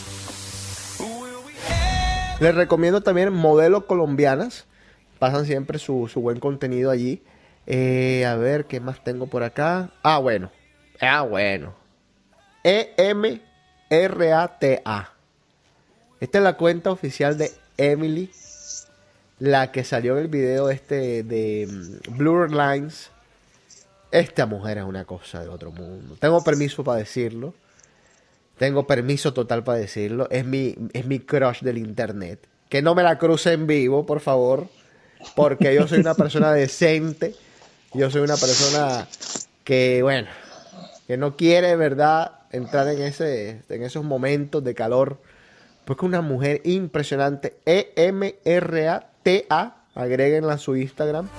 Les recomiendo también modelos colombianas. Pasan siempre su, su buen contenido allí. Eh, a ver, ¿qué más tengo por acá? Ah, bueno. Ah, bueno. E M R A T A. Esta es la cuenta oficial de Emily, la que salió en el video este de mm, Blur Lines. Esta mujer es una cosa de otro mundo. Tengo permiso para decirlo. Tengo permiso total para decirlo. Es mi, es mi crush del internet. Que no me la cruce en vivo, por favor. Porque yo soy una persona decente. Yo soy una persona que, bueno, que no quiere, ¿verdad?, entrar en ese, en esos momentos de calor. Porque una mujer impresionante. E M R A T A. Agréguenla a su Instagram.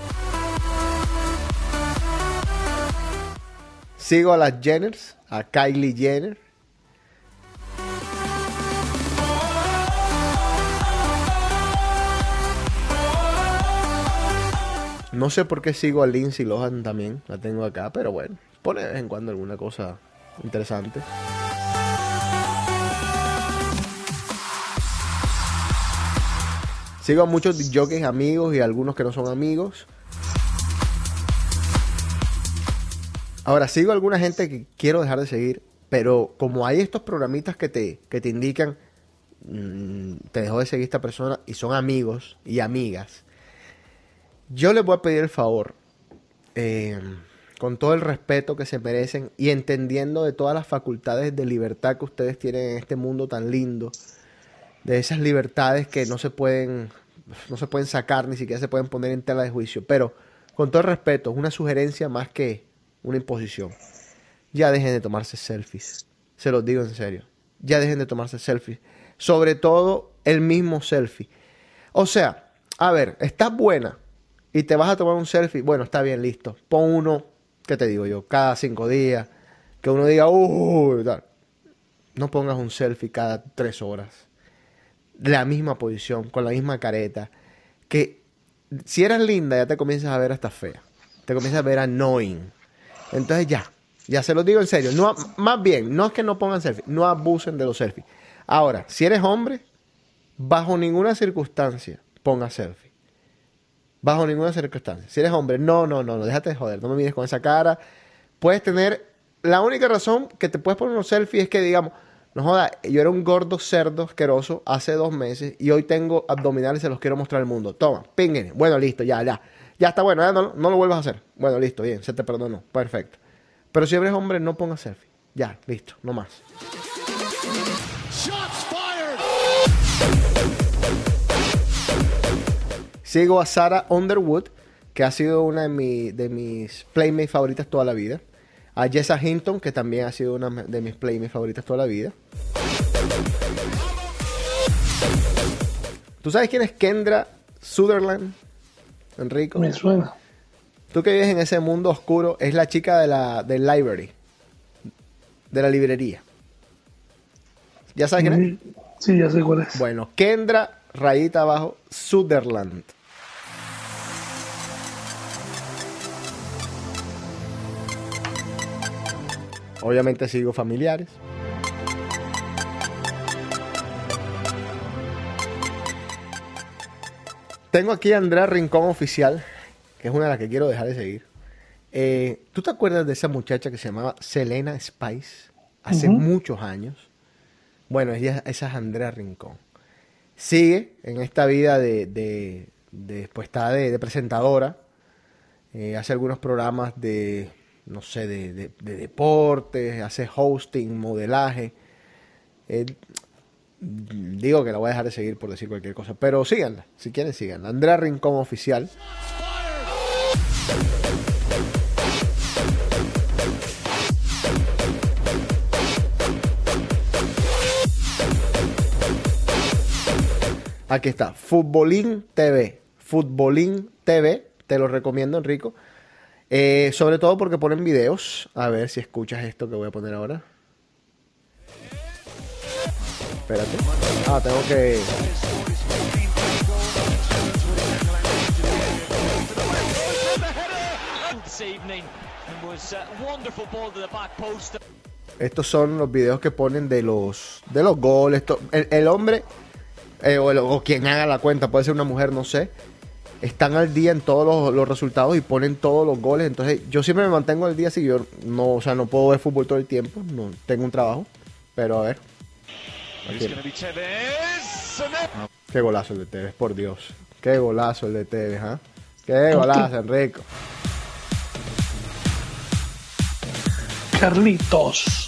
Sigo a las Jenners, a Kylie Jenner. No sé por qué sigo a Lindsay Lohan también, la tengo acá, pero bueno, pone de vez en cuando alguna cosa interesante. Sigo a muchos jockeys amigos y algunos que no son amigos. Ahora, sigo a alguna gente que quiero dejar de seguir, pero como hay estos programitas que te, que te indican, mmm, te dejó de seguir esta persona y son amigos y amigas, yo les voy a pedir el favor, eh, con todo el respeto que se merecen y entendiendo de todas las facultades de libertad que ustedes tienen en este mundo tan lindo, de esas libertades que no se pueden, no se pueden sacar, ni siquiera se pueden poner en tela de juicio, pero con todo el respeto, es una sugerencia más que una imposición. Ya dejen de tomarse selfies, se los digo en serio, ya dejen de tomarse selfies, sobre todo el mismo selfie. O sea, a ver, estás buena y te vas a tomar un selfie, bueno, está bien, listo, pon uno, ¿qué te digo yo?, cada cinco días, que uno diga, uh, tal. No pongas un selfie cada tres horas. la misma posición, con la misma careta, que si eres linda ya te comienzas a ver hasta fea, te comienzas a ver annoying. Entonces ya, ya se los digo en serio, no, más bien, no es que no pongan selfie, no abusen de los selfies. Ahora, si eres hombre, bajo ninguna circunstancia ponga selfie. Bajo ninguna circunstancia. Si eres hombre, no, no, no, no, déjate de joder, no me mires con esa cara. Puedes tener, la única razón que te puedes poner unos selfies es que digamos, no joda, yo era un gordo cerdo asqueroso hace dos meses y hoy tengo abdominales y se los quiero mostrar al mundo. Toma, pinguen. Bueno, listo, ya, ya. Ya está bueno, ya no, no lo vuelvas a hacer. Bueno, listo, bien, se te perdonó. Perfecto. Pero si eres hombre, no pongas selfie. Ya, listo, no más. Sigo a Sarah Underwood, que ha sido una de, mi, de mis playmates favoritas toda la vida. A Jessa Hinton, que también ha sido una de mis playmates favoritas toda la vida. ¿Tú sabes quién es Kendra Sutherland, Enrico? Me suena. Tú que vives en ese mundo oscuro, es la chica de la del library, de la librería. ¿Ya sabes quién es? Sí, ya sé cuál es. Bueno, Kendra, rayita abajo, Sutherland. Obviamente sigo familiares. Tengo aquí a Andrea Rincón Oficial, que es una de las que quiero dejar de seguir. Eh, ¿Tú te acuerdas de esa muchacha que se llamaba Selena Spice? Hace Ujú. muchos años. Bueno, ella, esa es Andrea Rincón. Sigue en esta vida de, de, de pues está de, de presentadora. Eh, hace algunos programas de, no sé, de, de, de deportes, hace hosting, modelaje. Eh, digo que la voy a dejar de seguir por decir cualquier cosa, pero síganla, si quieren síganla. Andrea Rincón Oficial. Aquí está, Futbolín T V. Futbolín T V, te lo recomiendo, Enrico. Eh, sobre todo porque ponen videos. A ver si escuchas esto que voy a poner ahora. Espérate. Ah, tengo que... Estos son los videos que ponen de los de los goles. To- El, el hombre eh, o, el- o quien haga la cuenta, puede ser una mujer, no sé. Están al día en todos los, los resultados y ponen todos los goles. Entonces yo siempre me mantengo al día si yo no, o sea, no puedo ver fútbol todo el tiempo. No tengo un trabajo. Pero a ver. Aquí. Qué golazo el de Tevez, por Dios. Qué golazo el de Tevez, ¿ah? Qué golazo, Enrico. Carlitos.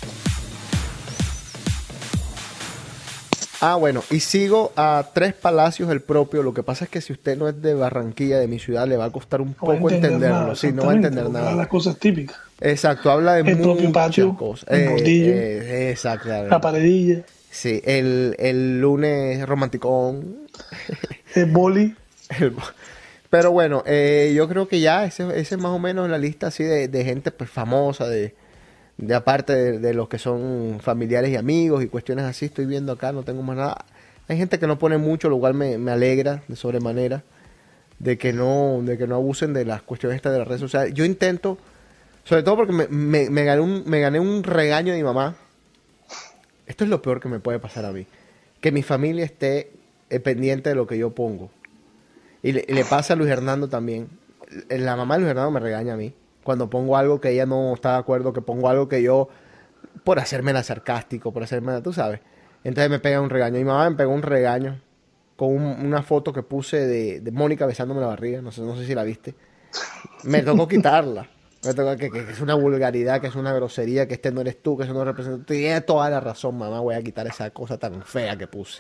Ah, bueno, y sigo a Tres Palacios el propio. Lo que pasa es que si usted no es de Barranquilla, de mi ciudad, le va a costar un No va a poco entender entenderlo. nada, Sí, no va a entender exactamente, porque nada. Las cosas típicas. Exacto, habla de El propio muchas patio, cosas. el bordillo, eh, exacto. La paredilla, Sí, el, el lunes romanticón. el boli. El- Pero bueno, eh, yo creo que ya ese, ese es más o menos la lista así de, de gente pues famosa, de, de aparte de, de los que son familiares y amigos y cuestiones así. Estoy viendo acá, no tengo más nada. Hay gente que no pone mucho, lo cual me, me alegra de sobremanera, de que no de que no abusen de las cuestiones estas de las redes sociales. Yo intento, sobre todo porque me, me, me gané un, me gané un regaño de mi mamá. Esto es lo peor que me puede pasar a mí. Que mi familia esté eh, pendiente de lo que yo pongo. Y le, y le pasa a Luis Hernando también. La mamá de Luis Hernando me regaña a mí. Cuando pongo algo que ella no está de acuerdo, que pongo algo que yo, por hacerme la sarcástico, por hacerme la, tú sabes. Entonces me pega un regaño. Mi mamá me pegó un regaño con un- una foto que puse de, de Mónica besándome la barriga. No sé, no sé si la viste. Me tocó quitarla. Me tocó que, que- que es una vulgaridad, que es una grosería, que este no eres tú, que eso no representa. Tiene toda la razón, mamá. Voy a quitar esa cosa tan fea que puse.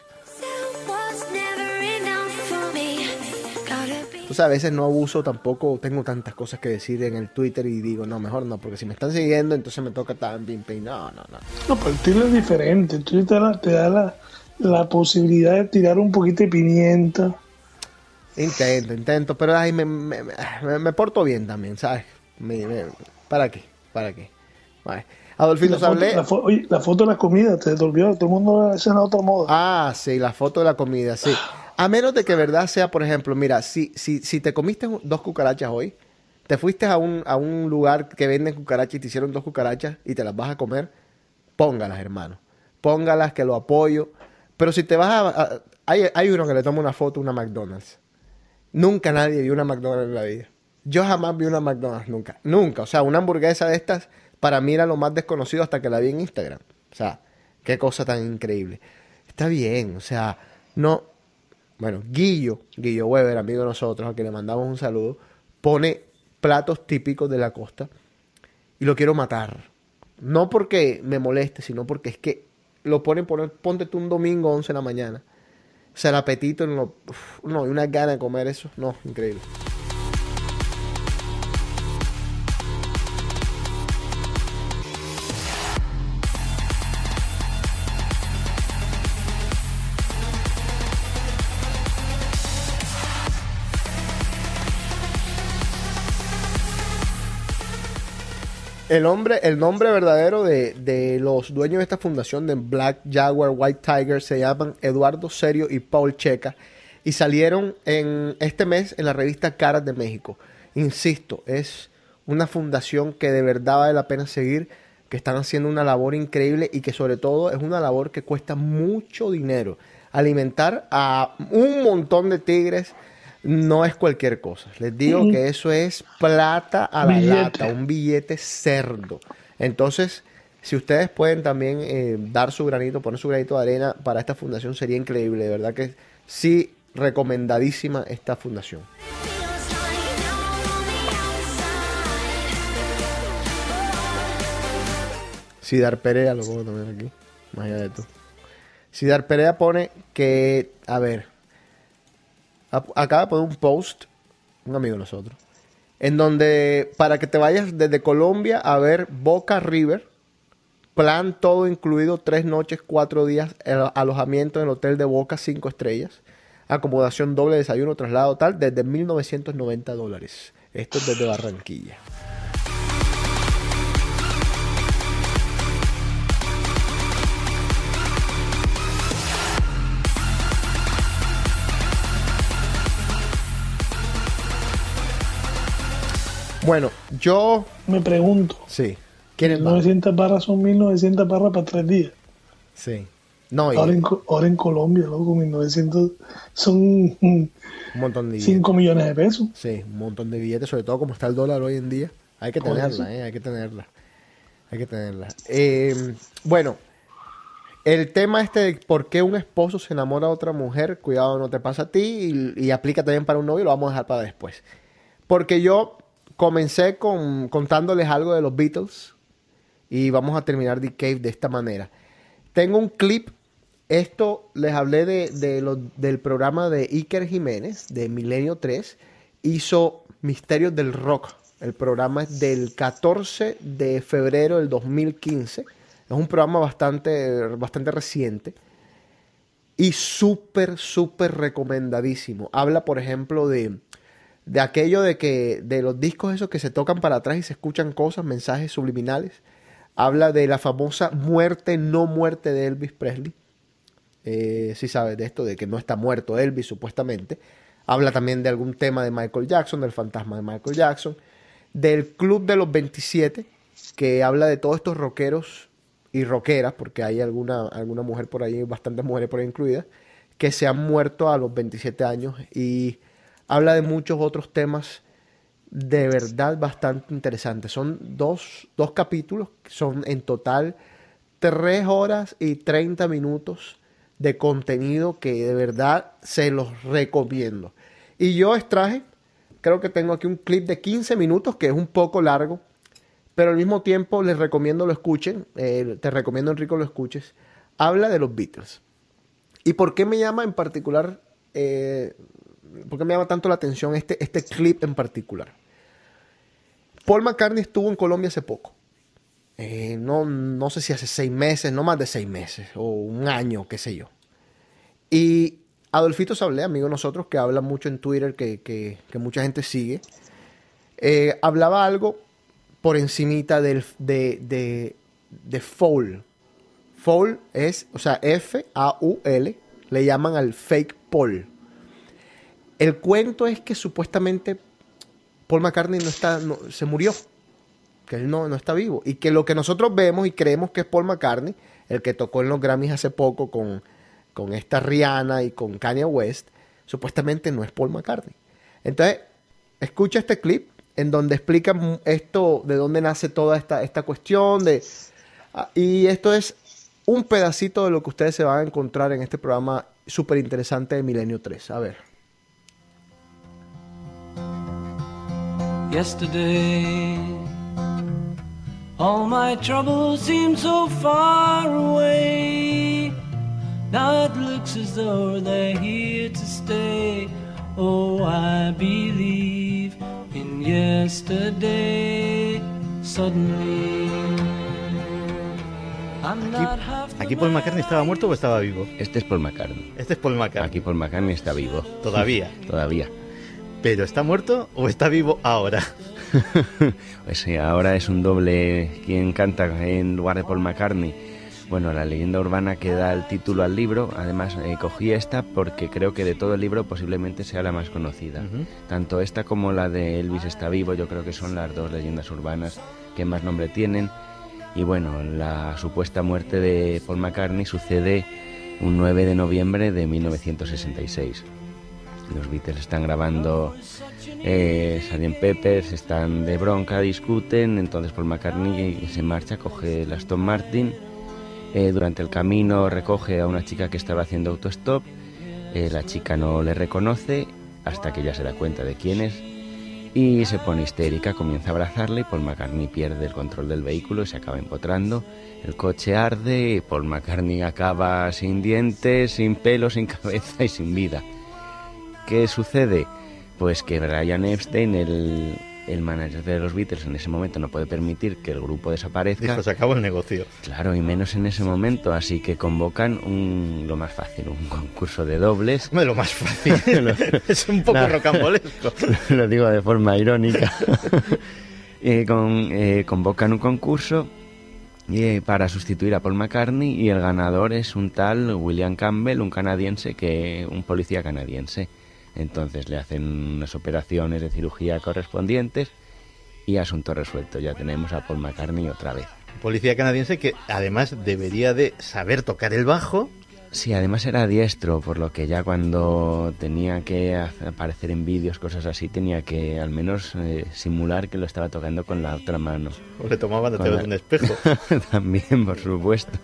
Tú sabes, a veces no abuso tampoco, tengo tantas cosas que decir en el Twitter y digo, no, mejor no, porque si me están siguiendo, entonces me toca tan pim, pim. No, no, no. No, pero el Twitter es diferente. El Twitter te da, te da la, la posibilidad de tirar un poquito de pimienta. Intento, intento, pero ay, me, me, me, me porto bien también, ¿sabes? Me- me- ¿Para qué? ¿Para qué? Vale. Adolfito La foto, Sablé. la, fo- oye, la foto de la comida, te te olvidó, todo el mundo esa es la otra moda. Ah, sí, la foto de la comida, sí. A menos de que verdad sea, por ejemplo, mira, si, si, si te comiste un- dos cucarachas hoy, te fuiste a un, a un lugar que venden cucarachas y te hicieron dos cucarachas y te las vas a comer, póngalas, hermano. Póngalas, que lo apoyo. Pero si te vas a... a- hay, hay uno que le toma una foto a una McDonald's. Nunca nadie vio una McDonald's en la vida. Yo jamás vi una McDonald's, nunca. Nunca. O sea, una hamburguesa de estas, para mí era lo más desconocido hasta que la vi en Instagram. O sea, qué cosa tan increíble. Está bien, o sea, no... Bueno, Guillo, Guillo Weber, amigo de nosotros, a quien le mandamos un saludo, pone platos típicos de la costa y lo quiero matar. No porque me moleste, sino porque es que lo ponen, poner, ponte tú un domingo once de la mañana. O sea, el apetito, en lo, uf, no, y unas ganas de comer eso, no, increíble. El nombre, el nombre verdadero de, de los dueños de esta fundación de Black Jaguar White Tiger se llaman Eduardo Serio y Paul Checa y salieron en este mes en la revista Caras de México. Insisto, es una fundación que de verdad vale la pena seguir, que están haciendo una labor increíble y que sobre todo es una labor que cuesta mucho dinero. Alimentar a un montón de tigres no es cualquier cosa. Les digo que eso es plata a la Billete. lata, un billete cerdo. Entonces, si ustedes pueden también eh, dar su granito, poner su granito de arena para esta fundación, sería increíble. De verdad que sí, recomendadísima esta fundación. Sidar Perea, lo pongo también aquí, más allá de esto. Sidar Perea pone que, a ver, a- acaba de poner un post, un amigo de nosotros, en donde para que te vayas desde Colombia a ver Boca River, plan todo incluido, tres noches, cuatro días, el alojamiento en el hotel de Boca, cinco estrellas, acomodación doble, desayuno, traslado tal, desde mil novecientos noventa dólares. Esto es desde Barranquilla. Bueno, yo... Me pregunto, Sí. ¿Quiénes van? novecientas barras son mil novecientas barras para tres días. Sí. No, y Ahora en, Co- ahora en Colombia, loco, mil novecientos son mm, un montón de billetes. cinco millones de pesos. Sí, un montón de billetes, sobre todo como está el dólar hoy en día. Hay que Por eso. tenerla, ¿eh? Hay que tenerla. Hay que tenerla. Eh, bueno, el tema este de por qué un esposo se enamora de otra mujer, cuidado, no te pasa a ti y, y aplica también para un novio, lo vamos a dejar para después. Porque yo comencé con, contándoles algo de los Beatles y vamos a terminar The Cave de esta manera. Tengo un clip. Esto les hablé de, de lo- del programa de Iker Jiménez, de Milenio tres. Hizo Misterios del Rock. El programa es del catorce de febrero del dos mil quince. Es un programa bastante, bastante reciente. Y súper, súper recomendadísimo. Habla, por ejemplo, de, de aquello de que de los discos esos que se tocan para atrás y se escuchan cosas, mensajes subliminales. Habla de la famosa muerte, no muerte de Elvis Presley. Eh, si sabes de esto, de que no está muerto Elvis supuestamente. Habla también de algún tema de Michael Jackson, del fantasma de Michael Jackson. Del Club de los veintisiete, que habla de todos estos rockeros y rockeras, porque hay alguna, alguna mujer por ahí, bastantes mujeres por ahí incluidas, que se han muerto a los veintisiete años. Y habla de muchos otros temas de verdad bastante interesantes. Son dos, dos capítulos, son en total tres horas y treinta minutos de contenido que de verdad se los recomiendo. Y yo extraje, creo que tengo aquí un clip de quince minutos, que es un poco largo, pero al mismo tiempo les recomiendo lo escuchen, eh, te recomiendo, Enrico, lo escuches. Habla de los Beatles. ¿Y por qué me llama en particular, eh, por qué me llama tanto la atención este, este clip en particular? Paul McCartney estuvo en Colombia hace poco. Eh, no, no sé si hace seis meses, no más de seis meses, o un año, qué sé yo. Y Adolfito Sablé, amigo de nosotros, que habla mucho en Twitter, que, que, que mucha gente sigue, eh, hablaba algo por encimita del, de, de, The Fall. Fall es, o sea, F A U L, le llaman al fake Paul. El cuento es que supuestamente Paul McCartney no está, no, se murió, que él no, no está vivo, y que lo que nosotros vemos y creemos que es Paul McCartney, el que tocó en los Grammys hace poco con, con esta Rihanna y con Kanye West, supuestamente no es Paul McCartney. Entonces, escucha este clip en donde explican esto, de dónde nace toda esta, esta cuestión, de, y esto es un pedacito de lo que ustedes se van a encontrar en este programa súper interesante de Milenio tres. A ver. Yesterday, all my troubles seem so far away. Now it looks as though they're here to stay. Oh, I believe in yesterday. Suddenly, I'm not half the ¿Aquí Paul McCartney estaba muerto o estaba vivo? Este es Paul McCartney. Este es Paul McCartney. Aquí Paul McCartney está vivo. Todavía. Todavía. ¿Pero está muerto o está vivo ahora? Pues sí, ahora es un doble quien canta en lugar de Paul McCartney. Bueno, la leyenda urbana que da el título al libro, además eh, cogí esta porque creo que de todo el libro posiblemente sea la más conocida. Uh-huh. Tanto esta como la de Elvis está vivo, yo creo que son las dos leyendas urbanas que más nombre tienen. Y bueno, la supuesta muerte de Paul McCartney sucede un nueve de noviembre de mil novecientos sesenta y seis. Los Beatles están grabando eh, sergeant Pepper's, están de bronca, discuten, entonces Paul McCartney se marcha, coge el Aston Martin, eh, durante el camino recoge a una chica que estaba haciendo autostop, eh, la chica no le reconoce hasta que ya se da cuenta de quién es y se pone histérica, comienza a abrazarle y Paul McCartney pierde el control del vehículo y se acaba empotrando, el coche arde, Paul McCartney acaba sin dientes, sin pelo, sin cabeza y sin vida. ¿Qué sucede? Pues que Brian Epstein, el, el manager de los Beatles, en ese momento no puede permitir que el grupo desaparezca. Dijo, se acabó el negocio. Claro, y menos en ese momento, así que convocan un, lo más fácil, un concurso de dobles. Hombre, lo más fácil. Es un poco No, rocambolesco. Lo digo de forma irónica. eh, con, eh, convocan un concurso eh, para sustituir a Paul McCartney y el ganador es un tal William Campbell, un canadiense, que un policía canadiense. Entonces le hacen unas operaciones de cirugía correspondientes y asunto resuelto. Ya tenemos a Paul McCartney otra vez. Policía canadiense que además debería de saber tocar el bajo. Sí, además era diestro, por lo que ya cuando tenía que aparecer en vídeos, cosas así, tenía que al menos eh, simular que lo estaba tocando con la otra mano. O le tomaban a Con través la- de un espejo. También, por supuesto.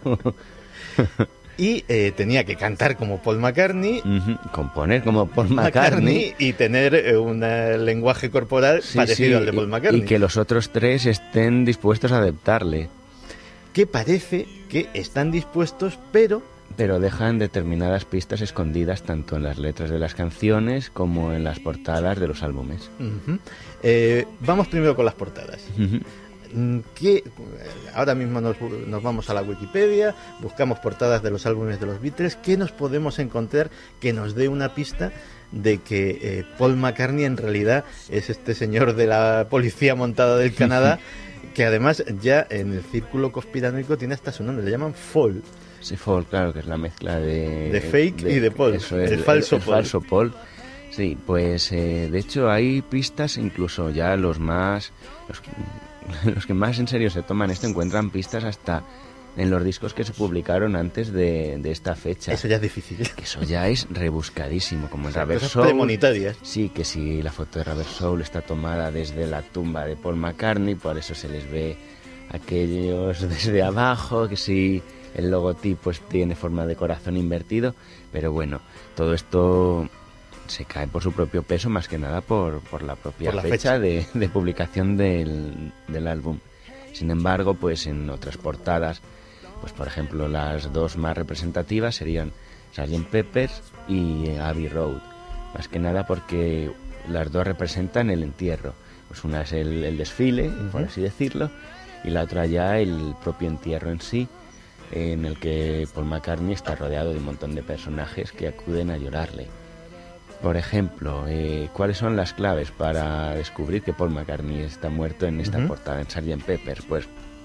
Y eh, tenía que cantar como Paul McCartney, Ujú, componer como Paul McCartney. y tener eh, un eh, lenguaje corporal Sí, parecido sí, al de Paul y- McCartney. Y que los otros tres estén dispuestos a adaptarle, Que parece que están dispuestos, pero pero dejan determinadas pistas escondidas tanto en las letras de las canciones como en las portadas de los álbumes. Ujú. Eh, vamos primero con las portadas. Ujú. Mm, ¿Qué? Ahora mismo nos, nos vamos a la Wikipedia, buscamos portadas de los álbumes de los Beatles. ¿Qué nos podemos encontrar que nos dé una pista de que eh, Paul McCartney en realidad es este señor de la policía montada del Canadá, que además ya en el círculo conspiranoico tiene hasta su nombre, le llaman Fall? Sí, Paul, claro, que es la mezcla de... De fake y de Paul, Eso es, el falso el Paul. falso Paul. Sí, pues eh, de hecho hay pistas, incluso ya los más... Los, los que más en serio se toman esto encuentran pistas hasta en los discos que se publicaron antes de, de esta fecha. Eso ya es difícil. Que eso ya es rebuscadísimo, como el Son Rubber cosas Soul. premonitarias. Sí, que si la foto de Rubber Soul está tomada desde la tumba de Paul McCartney, por eso se les ve aquellos desde abajo, que si el logotipo es- tiene forma de corazón invertido, pero bueno, todo esto se cae por su propio peso, más que nada por, por la propia Por la fecha, fecha. De, de publicación del, del álbum. Sin embargo, pues en otras portadas, pues por ejemplo las dos más representativas serían sergeant Pepper's y Abbey Road, más que nada porque las dos representan el entierro. Pues una es el, el desfile, por así decirlo, y la otra ya el propio entierro en sí, en el que Paul McCartney está rodeado de un montón de personajes que acuden a llorarle. Por ejemplo, eh, ¿cuáles son las claves para descubrir que Paul McCartney está muerto en esta Ujú. portada en sergeant Pepper's? Pues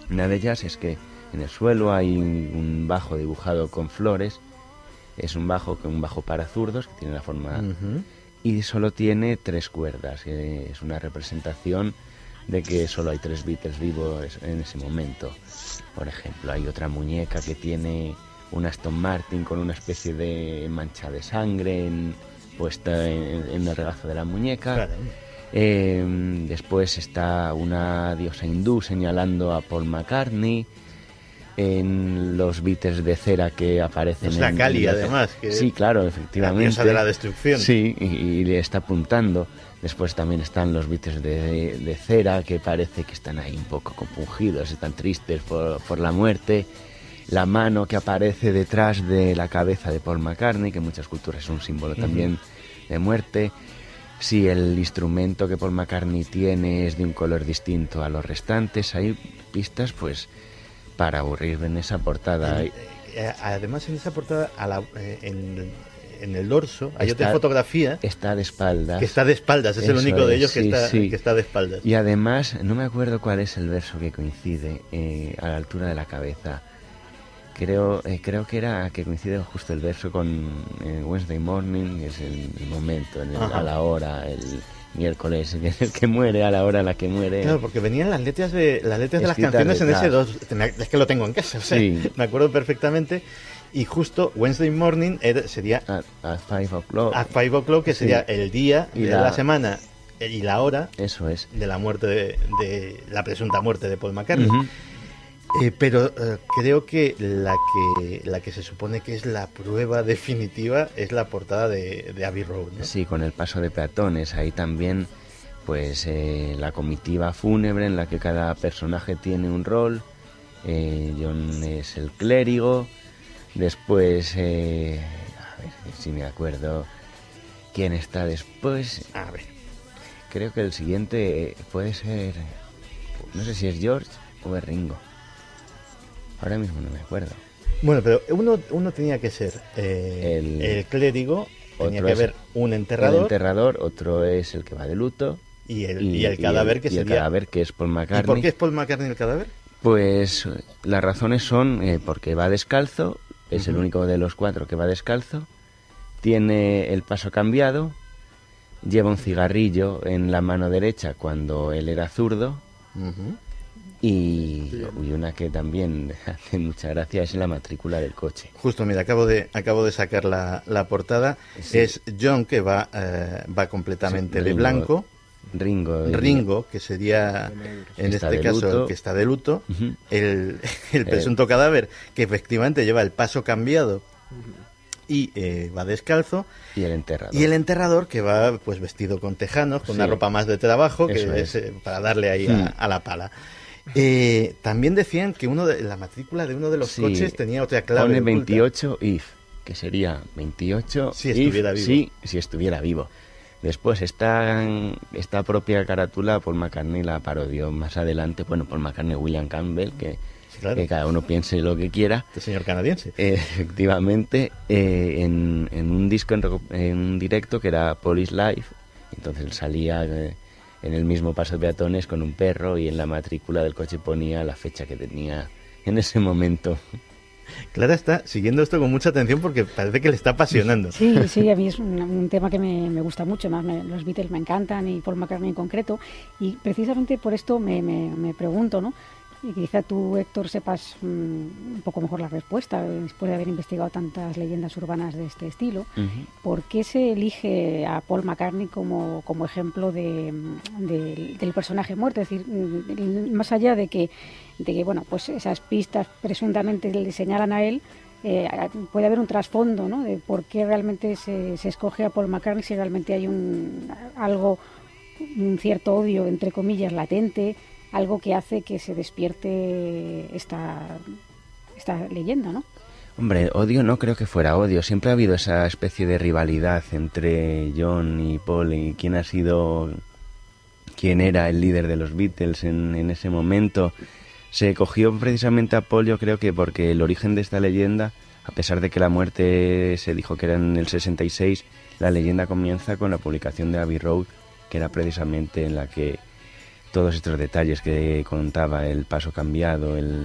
Una de ellas es que en el suelo hay un bajo dibujado con flores. Es un bajo un bajo para zurdos que tiene la forma Ujú. y solo tiene tres cuerdas. Que es una representación de que solo hay tres Beatles vivos en ese momento. Por ejemplo, hay otra muñeca que tiene un Aston Martin con una especie de mancha de sangre en- puesta en, en el regazo de la muñeca. Claro. Eh, después está una diosa hindú señalando a Paul McCartney. En los Beatles de cera que aparecen Es la en- Kali, en- además, que sí, claro, la efectivamente. diosa de la destrucción. Sí, y, y le está apuntando. Después también están los Beatles de, de cera que parece que están ahí un poco compungidos, están tristes por, por la muerte. La mano que aparece detrás de la cabeza de Paul McCartney, que en muchas culturas es un símbolo Ujú. también de muerte. Si el instrumento que Paul McCartney tiene es de un color distinto a los restantes, hay pistas pues para aburrir en esa portada. Eh, eh, además, en esa portada, a la- eh, en, en el dorso, hay Está- otra fotografía Está de espaldas. que está de espaldas. Es el Eso único de es, ellos que, sí, está, sí. que está de espaldas. Y además, no me acuerdo cuál es el verso que coincide eh, a la altura de la cabeza. Creo eh, creo que era que coincide justo el verso con eh, Wednesday Morning, que es el, el momento, en el- Ajá. a la hora, el miércoles, el, el que muere, a la hora a la que muere. Claro, porque venían las letras de las letras de las Escritas canciones en detrás. ese dos. Tenía- Es que lo tengo en casa, o sea, Sí. me acuerdo perfectamente. Y justo Wednesday Morning era- sería At, at five o'clock. at five o'clock, que Sí. sería el día Y de la- la... semana eh, y la hora Eso es. de la muerte de, de la presunta muerte de Paul McCartney. Ujú. Eh, pero eh, creo que la que la que se supone que es la prueba definitiva es la portada de, de Abbey Road, ¿no? Sí, con el paso de peatones. Ahí también, pues, eh, la comitiva fúnebre en la que cada personaje tiene un rol. Eh, John es el clérigo. Después, eh, a ver si me acuerdo quién está después. A ver. Creo que el siguiente eh, puede ser, no sé si es George o es Ringo. Ahora mismo no me acuerdo. Bueno, pero uno, uno tenía que ser eh, El- el, clérigo, tenía otro que es haber un El enterrador enterrador, otro es el que va de luto. y el, y el cadáver que y el sería... cadáver que es Paul ¿Y McCartney. por qué es Paul McCartney el cadáver? Pues eh, las razones son eh, porque va descalzo, es el Ujú. único de los cuatro que va descalzo, tiene el paso cambiado, lleva un cigarrillo en la mano derecha cuando él era zurdo Ujú. y, y una que también hace mucha gracia es la matrícula del coche. Justo, mira, acabo de acabo de sacar la, la portada. Sí. Es John, que va, eh, va completamente Sí, de Ringo. blanco. Ringo. eh, Ringo, que sería en Está este de caso luto. el que está de luto, Ujú. el, el presunto cadáver que efectivamente lleva el paso cambiado y eh, va descalzo, Y el enterrador. y el enterrador que va pues vestido con tejanos, con Sí. una ropa más de trabajo, que Eso es, es. eh, para darle ahí Hmm. a, a la pala. Eh, también decían que uno de la matrícula de uno de los Sí. coches tenía otra clave Pone oculta. veintiocho if, que sería veintiocho Si if, estuviera vivo. sí, si estuviera vivo. Después esta, esta propia carátula Paul McCartney la parodió más adelante, bueno, Paul McCartney, William Campbell, que, Sí, claro. que cada uno piense lo que quiera. Este señor canadiense. Eh, efectivamente, eh, en, en un disco, en, recu- en un directo que era Police Live, entonces él salía eh, en el mismo paso de peatones con un perro y en la matrícula del coche ponía la fecha que tenía en ese momento. Clara está siguiendo esto con mucha atención porque parece que le está apasionando. Sí, sí, a mí es un, un tema que me, me gusta mucho, más me- los Beatles me encantan y Paul McCartney en concreto, y precisamente por esto me, me, me pregunto, ¿no? Y quizá tú, Héctor, sepas mm, un poco mejor la respuesta, eh, después de haber investigado tantas leyendas urbanas de este estilo. Ujú. ¿Por qué se elige a Paul McCartney como, como ejemplo de, de- del personaje muerto? Es decir, mm, más allá de que, de que bueno, pues esas pistas presuntamente le señalan a él, eh, puede haber un trasfondo, ¿no? De por qué realmente se, se escoge a Paul McCartney, si realmente hay un algo, un cierto odio, entre comillas, latente, algo que hace que se despierte esta, esta leyenda, ¿no? Hombre, odio no creo que fuera odio. Siempre ha habido esa especie de rivalidad entre John y Paul y quién ha sido, quién era el líder de los Beatles en, en ese momento. Se cogió precisamente a Paul, yo creo que porque el origen de esta leyenda, a pesar de que la muerte se dijo que era en el sesenta y seis, la leyenda comienza con la publicación de Abbey Road, que era precisamente en la que todos estos detalles que contaba, el paso cambiado, el,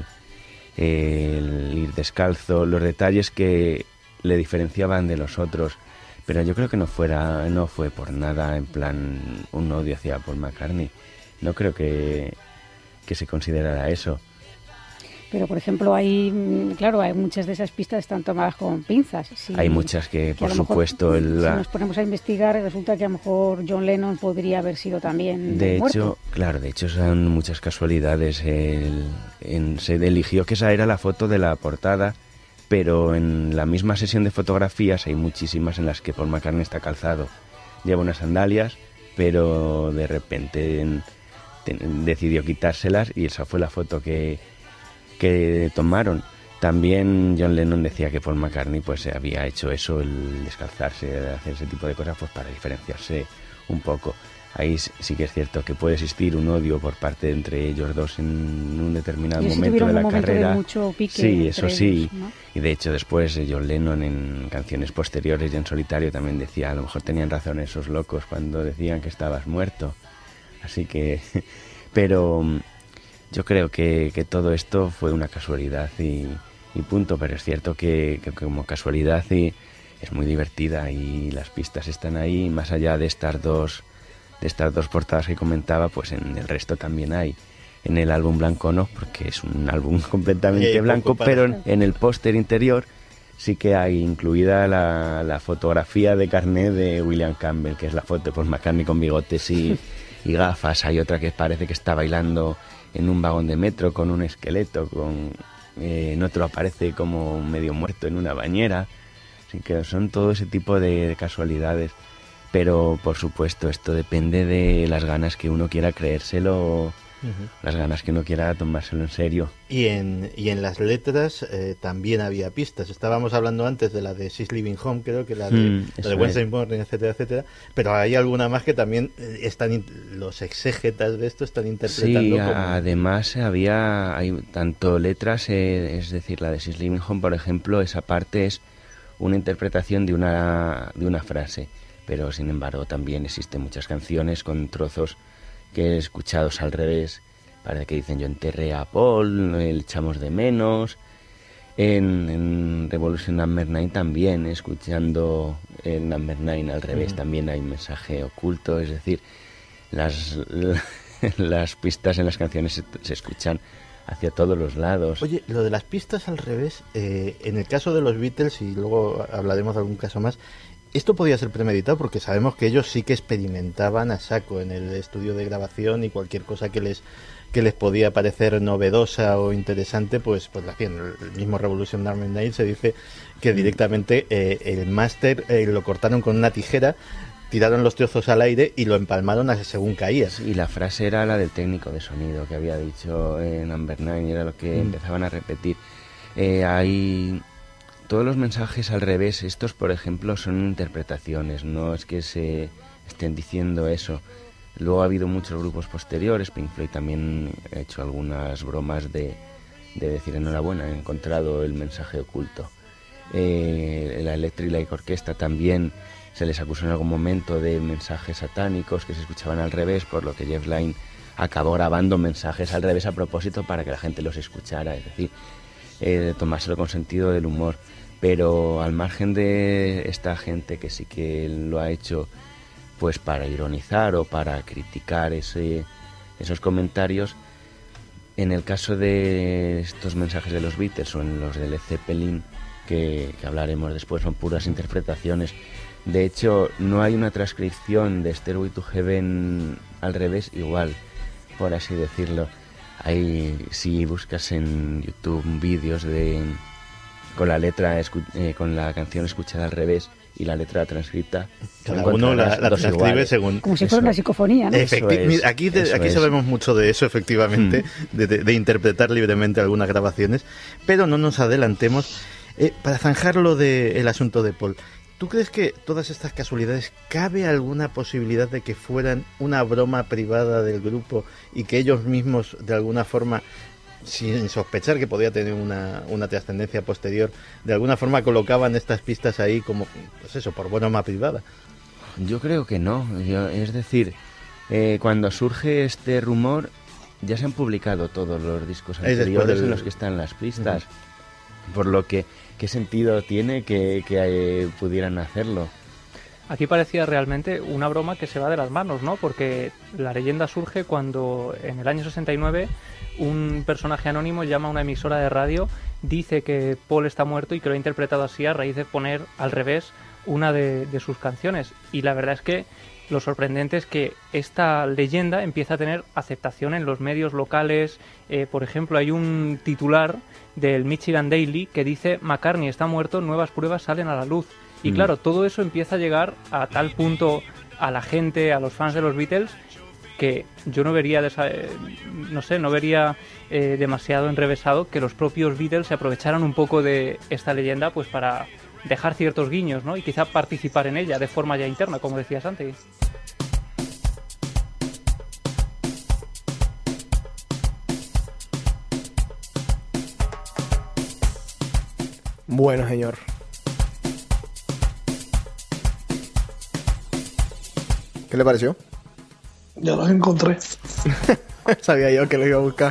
el ir descalzo, los detalles que le diferenciaban de los otros. Pero yo creo que no fuera, no fue por nada en plan un odio hacia Paul McCartney. No creo que, que se considerara eso. Pero, por ejemplo, hay, mm, claro, hay muchas de esas pistas están tomadas con pinzas. Si- Hay muchas que, que por a lo mejor, supuesto, el- si nos ponemos a investigar, resulta que a lo mejor John Lennon podría haber sido también De muerto. hecho, claro, de hecho son muchas casualidades. El- en- se eligió que esa era la foto de la portada, pero en la misma sesión de fotografías hay muchísimas en las que Paul McCartney está calzado. Lleva unas sandalias, pero de repente en- te- decidió quitárselas y esa fue la foto que, que tomaron. También John Lennon decía que Paul McCartney pues había hecho eso, el descalzarse, hacer ese tipo de cosas, pues para diferenciarse un poco. Ahí s- sí que es cierto que puede existir un odio por parte entre ellos dos en un determinado Ellos sí momento tuvieron de la un momento de carrera. mucho pique Sí, entre eso sí. ellos, ¿no? Y de hecho después eh, John Lennon en canciones posteriores y en solitario también decía, a lo mejor tenían razón esos locos cuando decían que estabas muerto. Así que, pero mm, yo creo que, que todo esto fue una casualidad y, y punto, pero es cierto que, que como casualidad y es muy divertida y las pistas están ahí, más allá de estas dos de estas dos portadas que comentaba, pues en el resto también hay. En el álbum blanco no, porque es un álbum completamente Eh, poco blanco, para- pero en, en el póster interior sí que hay incluida la, la fotografía de carné de William Campbell, que es la foto de Paul McCartney con bigotes y, y gafas. Hay otra que parece que está bailando en un vagón de metro con un esqueleto, con eh, en otro aparece como medio muerto en una bañera. Así que son todo ese tipo de, de casualidades. Pero, por supuesto, esto depende de las ganas que uno quiera creérselo, Ujú. las ganas que uno quiera tomárselo en serio. Y en, y en las letras eh, también había pistas. Estábamos hablando antes de la de She's Living Home, creo que la de, Mm, la eso de Wednesday es. Morning, etcétera, etcétera. Pero hay alguna más que también eh, están, in- los exégetas de esto están interpretando Sí, como... además había hay tanto letras, eh, es decir, la de She's Living Home, por ejemplo, esa parte es una interpretación de una, de una frase. Pero, sin embargo, también existen muchas canciones con trozos que escuchados al revés. Parece que dicen yo enterré a Paul, le echamos de menos. En, en Revolution Number Nine también, escuchando el Number Nine al revés, Mm. también hay un mensaje oculto. Es decir, las, las pistas en las canciones se, se escuchan hacia todos los lados. Oye, lo de las pistas al revés, eh, en el caso de los Beatles, y luego hablaremos de algún caso más, esto podía ser premeditado porque sabemos que ellos sí que experimentaban a saco en el estudio de grabación y cualquier cosa que les que les podía parecer novedosa o interesante, pues pues la hacían. El mismo Revolution Number Nine se dice que directamente eh, el máster eh, lo cortaron con una tijera, tiraron los trozos al aire y lo empalmaron a según caía. Y la frase era la del técnico de sonido que había dicho en Number Nine y era lo que Mm. empezaban a repetir. Eh, hay todos los mensajes al revés. Estos, por ejemplo, son interpretaciones, no es que se estén diciendo eso. Luego ha habido muchos grupos posteriores, Pink Floyd también ha hecho algunas bromas de, de decir enhorabuena, he encontrado el mensaje oculto. Eh, la Electric Light Orchestra también se les acusó en algún momento de mensajes satánicos que se escuchaban al revés, por lo que Jeff Lynne acabó grabando mensajes al revés a propósito para que la gente los escuchara, es decir, eh, tomárselo con sentido del humor. Pero al margen de esta gente que sí que lo ha hecho pues para ironizar o para criticar ese, esos comentarios, en el caso de estos mensajes de los Beatles o en los de Led Zeppelin, que, que hablaremos después, son puras interpretaciones. De hecho, no hay una transcripción de Stairway to Heaven al revés igual, por así decirlo. Hay, si buscas en YouTube vídeos de con la letra escu- eh, con la canción escuchada al revés y la letra transcrita, Cada uno la, la dos transcribe iguales. según... Como si fuera una psicofonía, ¿no? Efecti- Eso es, mira, aquí te- eso aquí es. sabemos mucho de eso, efectivamente, de, de- de interpretar libremente algunas grabaciones, pero no nos adelantemos. Eh, para zanjarlo del asunto de Paul, ¿tú crees que todas estas casualidades cabe alguna posibilidad de que fueran una broma privada del grupo y que ellos mismos, de alguna forma, sin sospechar que podía tener una, una trascendencia posterior, de alguna forma colocaban estas pistas ahí como, pues eso, por broma privada? Yo creo que no. Yo- es decir, Eh, cuando surge este rumor, ya se han publicado todos los discos Es después anteriores del- en los que están las pistas. Por lo que, ¿qué sentido tiene que, que eh, pudieran hacerlo? Aquí parecía realmente una broma que se va de las manos, ¿no? Porque la leyenda surge cuando en el año sesenta y nueve un personaje anónimo llama a una emisora de radio, dice que Paul está muerto y que lo ha interpretado así a raíz de poner al revés una de, de sus canciones. Y la verdad es que lo sorprendente es que esta leyenda empieza a tener aceptación en los medios locales. Eh, por ejemplo, hay un titular del Michigan Daily que dice: McCartney está muerto, nuevas pruebas salen a la luz. Y Mm. claro, todo eso empieza a llegar a tal punto a la gente, a los fans de los Beatles, que yo no vería, desa- eh, no sé, no vería eh, demasiado enrevesado que los propios Beatles se aprovecharan un poco de esta leyenda pues para dejar ciertos guiños, ¿no? Y quizá participar en ella de forma ya interna, como decías antes. Bueno, señor. ¿Qué le pareció? Ya los encontré. Sabía yo que lo iba a buscar.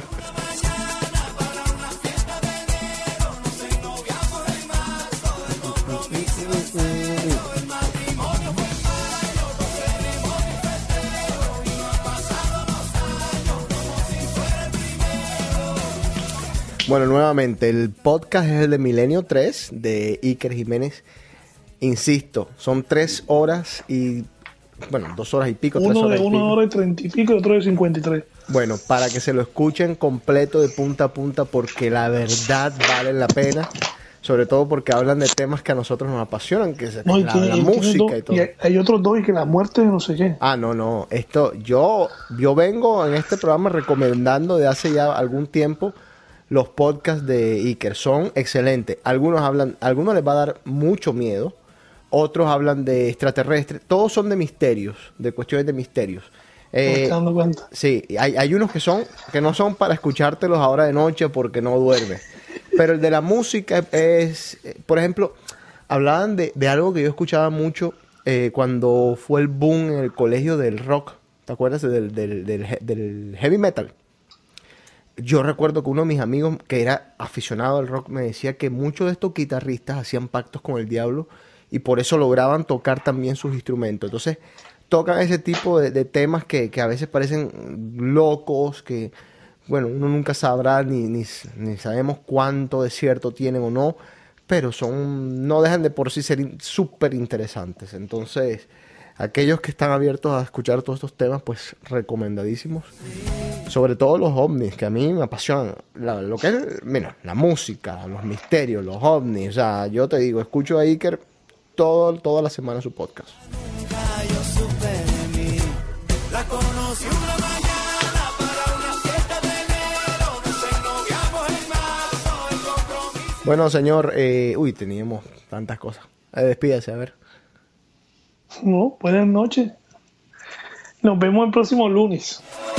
Bueno, nuevamente, el podcast es el de Milenio tres, de Iker Jiménez. Insisto, son tres horas y... Bueno, dos horas y pico, tres Uno horas de y una pico. hora y treinta y pico y otro de cincuenta y tres. Bueno, para que se lo escuchen completo de punta a punta, porque la verdad vale la pena. Sobre todo porque hablan de temas que a nosotros nos apasionan, que es No, y la, tiene- la y tiene música dos- y todo. y hay, hay otros dos y que la muerte de no sé qué. Ah, no, no. Esto, yo, yo vengo en este programa recomendando de hace ya algún tiempo los podcasts de Iker. Son excelentes. Algunos hablan, algunos les va a dar mucho miedo. Otros hablan de extraterrestres. Todos son de misterios, de cuestiones de misterios. Me Eh, estoy dando cuenta. Sí, hay, hay unos que son que no son para escuchártelos ahora de noche porque no duermes. Pero el de la música es, eh, por ejemplo, hablaban de, de algo que yo escuchaba mucho eh, cuando fue el boom en el colegio del rock. ¿Te acuerdas del, del, del, he- del heavy metal? Yo recuerdo que uno de mis amigos que era aficionado al rock me decía que muchos de estos guitarristas hacían pactos con el diablo y por eso lograban tocar también sus instrumentos. Entonces tocan ese tipo de, de temas que, que a veces parecen locos, que bueno, uno nunca sabrá ni, ni, ni sabemos cuánto de cierto tienen o no, pero son no dejan de por sí ser in- súper interesantes. Entonces, aquellos que están abiertos a escuchar todos estos temas, pues recomendadísimos. Sobre todo los ovnis, que a mí me apasionan. La- lo que es, mira, la música, los misterios, los ovnis. O sea, yo te digo, escucho a Iker todo, toda la semana su podcast. Yo supe de mí. La conocí una mañana para una fiesta de enero. Nos ennoviamos en marzo. El compromiso. Bueno, señor, eh, uy, teníamos tantas cosas. Eh, despídase, a ver. No, buenas noches. Nos vemos el próximo lunes.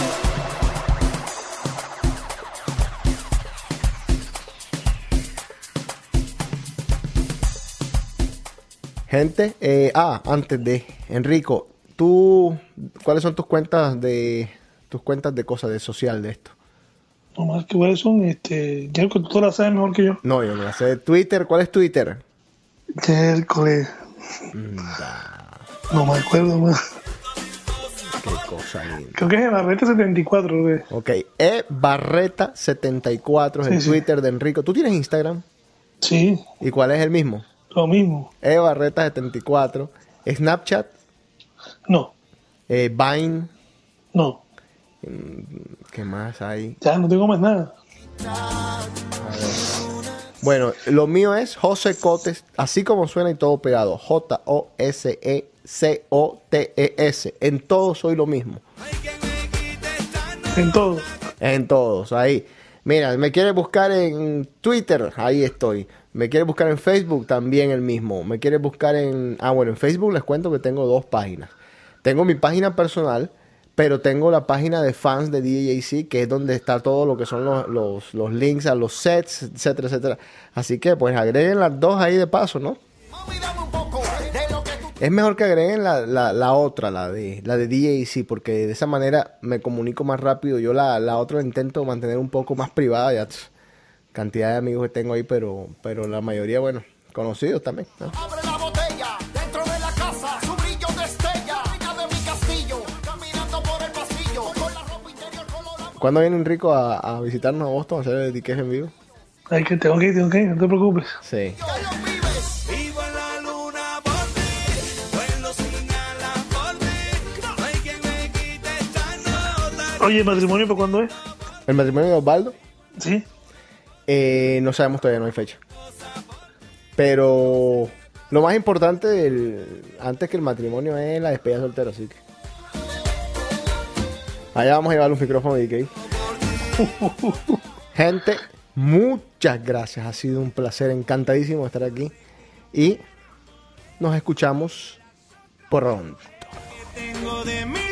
Gente, eh, ah, antes de Enrico, tú, ¿cuáles son tus cuentas de tus cuentas de cosas de social de esto? No más que cuáles son, este, ya que tú la sabes mejor que yo. No, yo no la sé. Twitter, ¿cuál es Twitter? Miércoles. No me acuerdo más. Qué cosa linda. Creo que es el Barrete setenta y cuatro. ¿Ves? Ok, E Barreta setenta y cuatro es el Sí, sí. Twitter de Enrico. ¿Tú tienes Instagram? Sí, ¿Y cuál es el mismo? lo mismo. E Barreta setenta y cuatro. Snapchat, No, eh, Vine, no. ¿qué más hay? Ya no tengo más nada. Bueno, lo mío es José Cotes, así como suena y todo pegado. J O S E C O T E S. En todo soy lo mismo. En todo. En todos, ahí. Mira, me quieres buscar en Twitter, ahí estoy. Me quieres buscar en Facebook, también el mismo. Me quieres buscar en... Ah, bueno, en Facebook les cuento que tengo dos páginas. Tengo mi página personal, pero tengo la página de fans de D J C, que es donde está todo lo que son los, los, los links a los sets, etcétera, etcétera. Así que, pues, agreguen las dos ahí de paso, ¿no? Es mejor que agreguen la, la, la otra, la de la de D J C, porque de esa manera me comunico más rápido. Yo la, la otra la intento mantener un poco más privada, ya tss, cantidad de amigos que tengo ahí, pero, pero la mayoría, bueno, conocidos también, ¿no? Abre la botella, dentro de la casa, su brillo destella. Reina de mi castillo, caminando por el pasillo, con la ropa interior colorada. ¿Cuándo viene Enrico a, a visitarnos a Boston a hacer el diqueje en vivo? Ay, que tengo que ir, tengo que ir, no te preocupes. Sí. Vivo en la luna por ti, vuelo sin alas por ti, no hay quien me quite esta nota. Oye, ¿el matrimonio para cuándo es? ¿El matrimonio de Osvaldo? Sí. Eh, no sabemos todavía, no hay fecha. Pero lo más importante del- antes que el matrimonio es la despedida soltera, así que allá vamos a llevar un micrófono de D K. Gente, muchas gracias. Ha sido un placer, encantadísimo estar aquí. Y nos escuchamos pronto. Tengo de mí.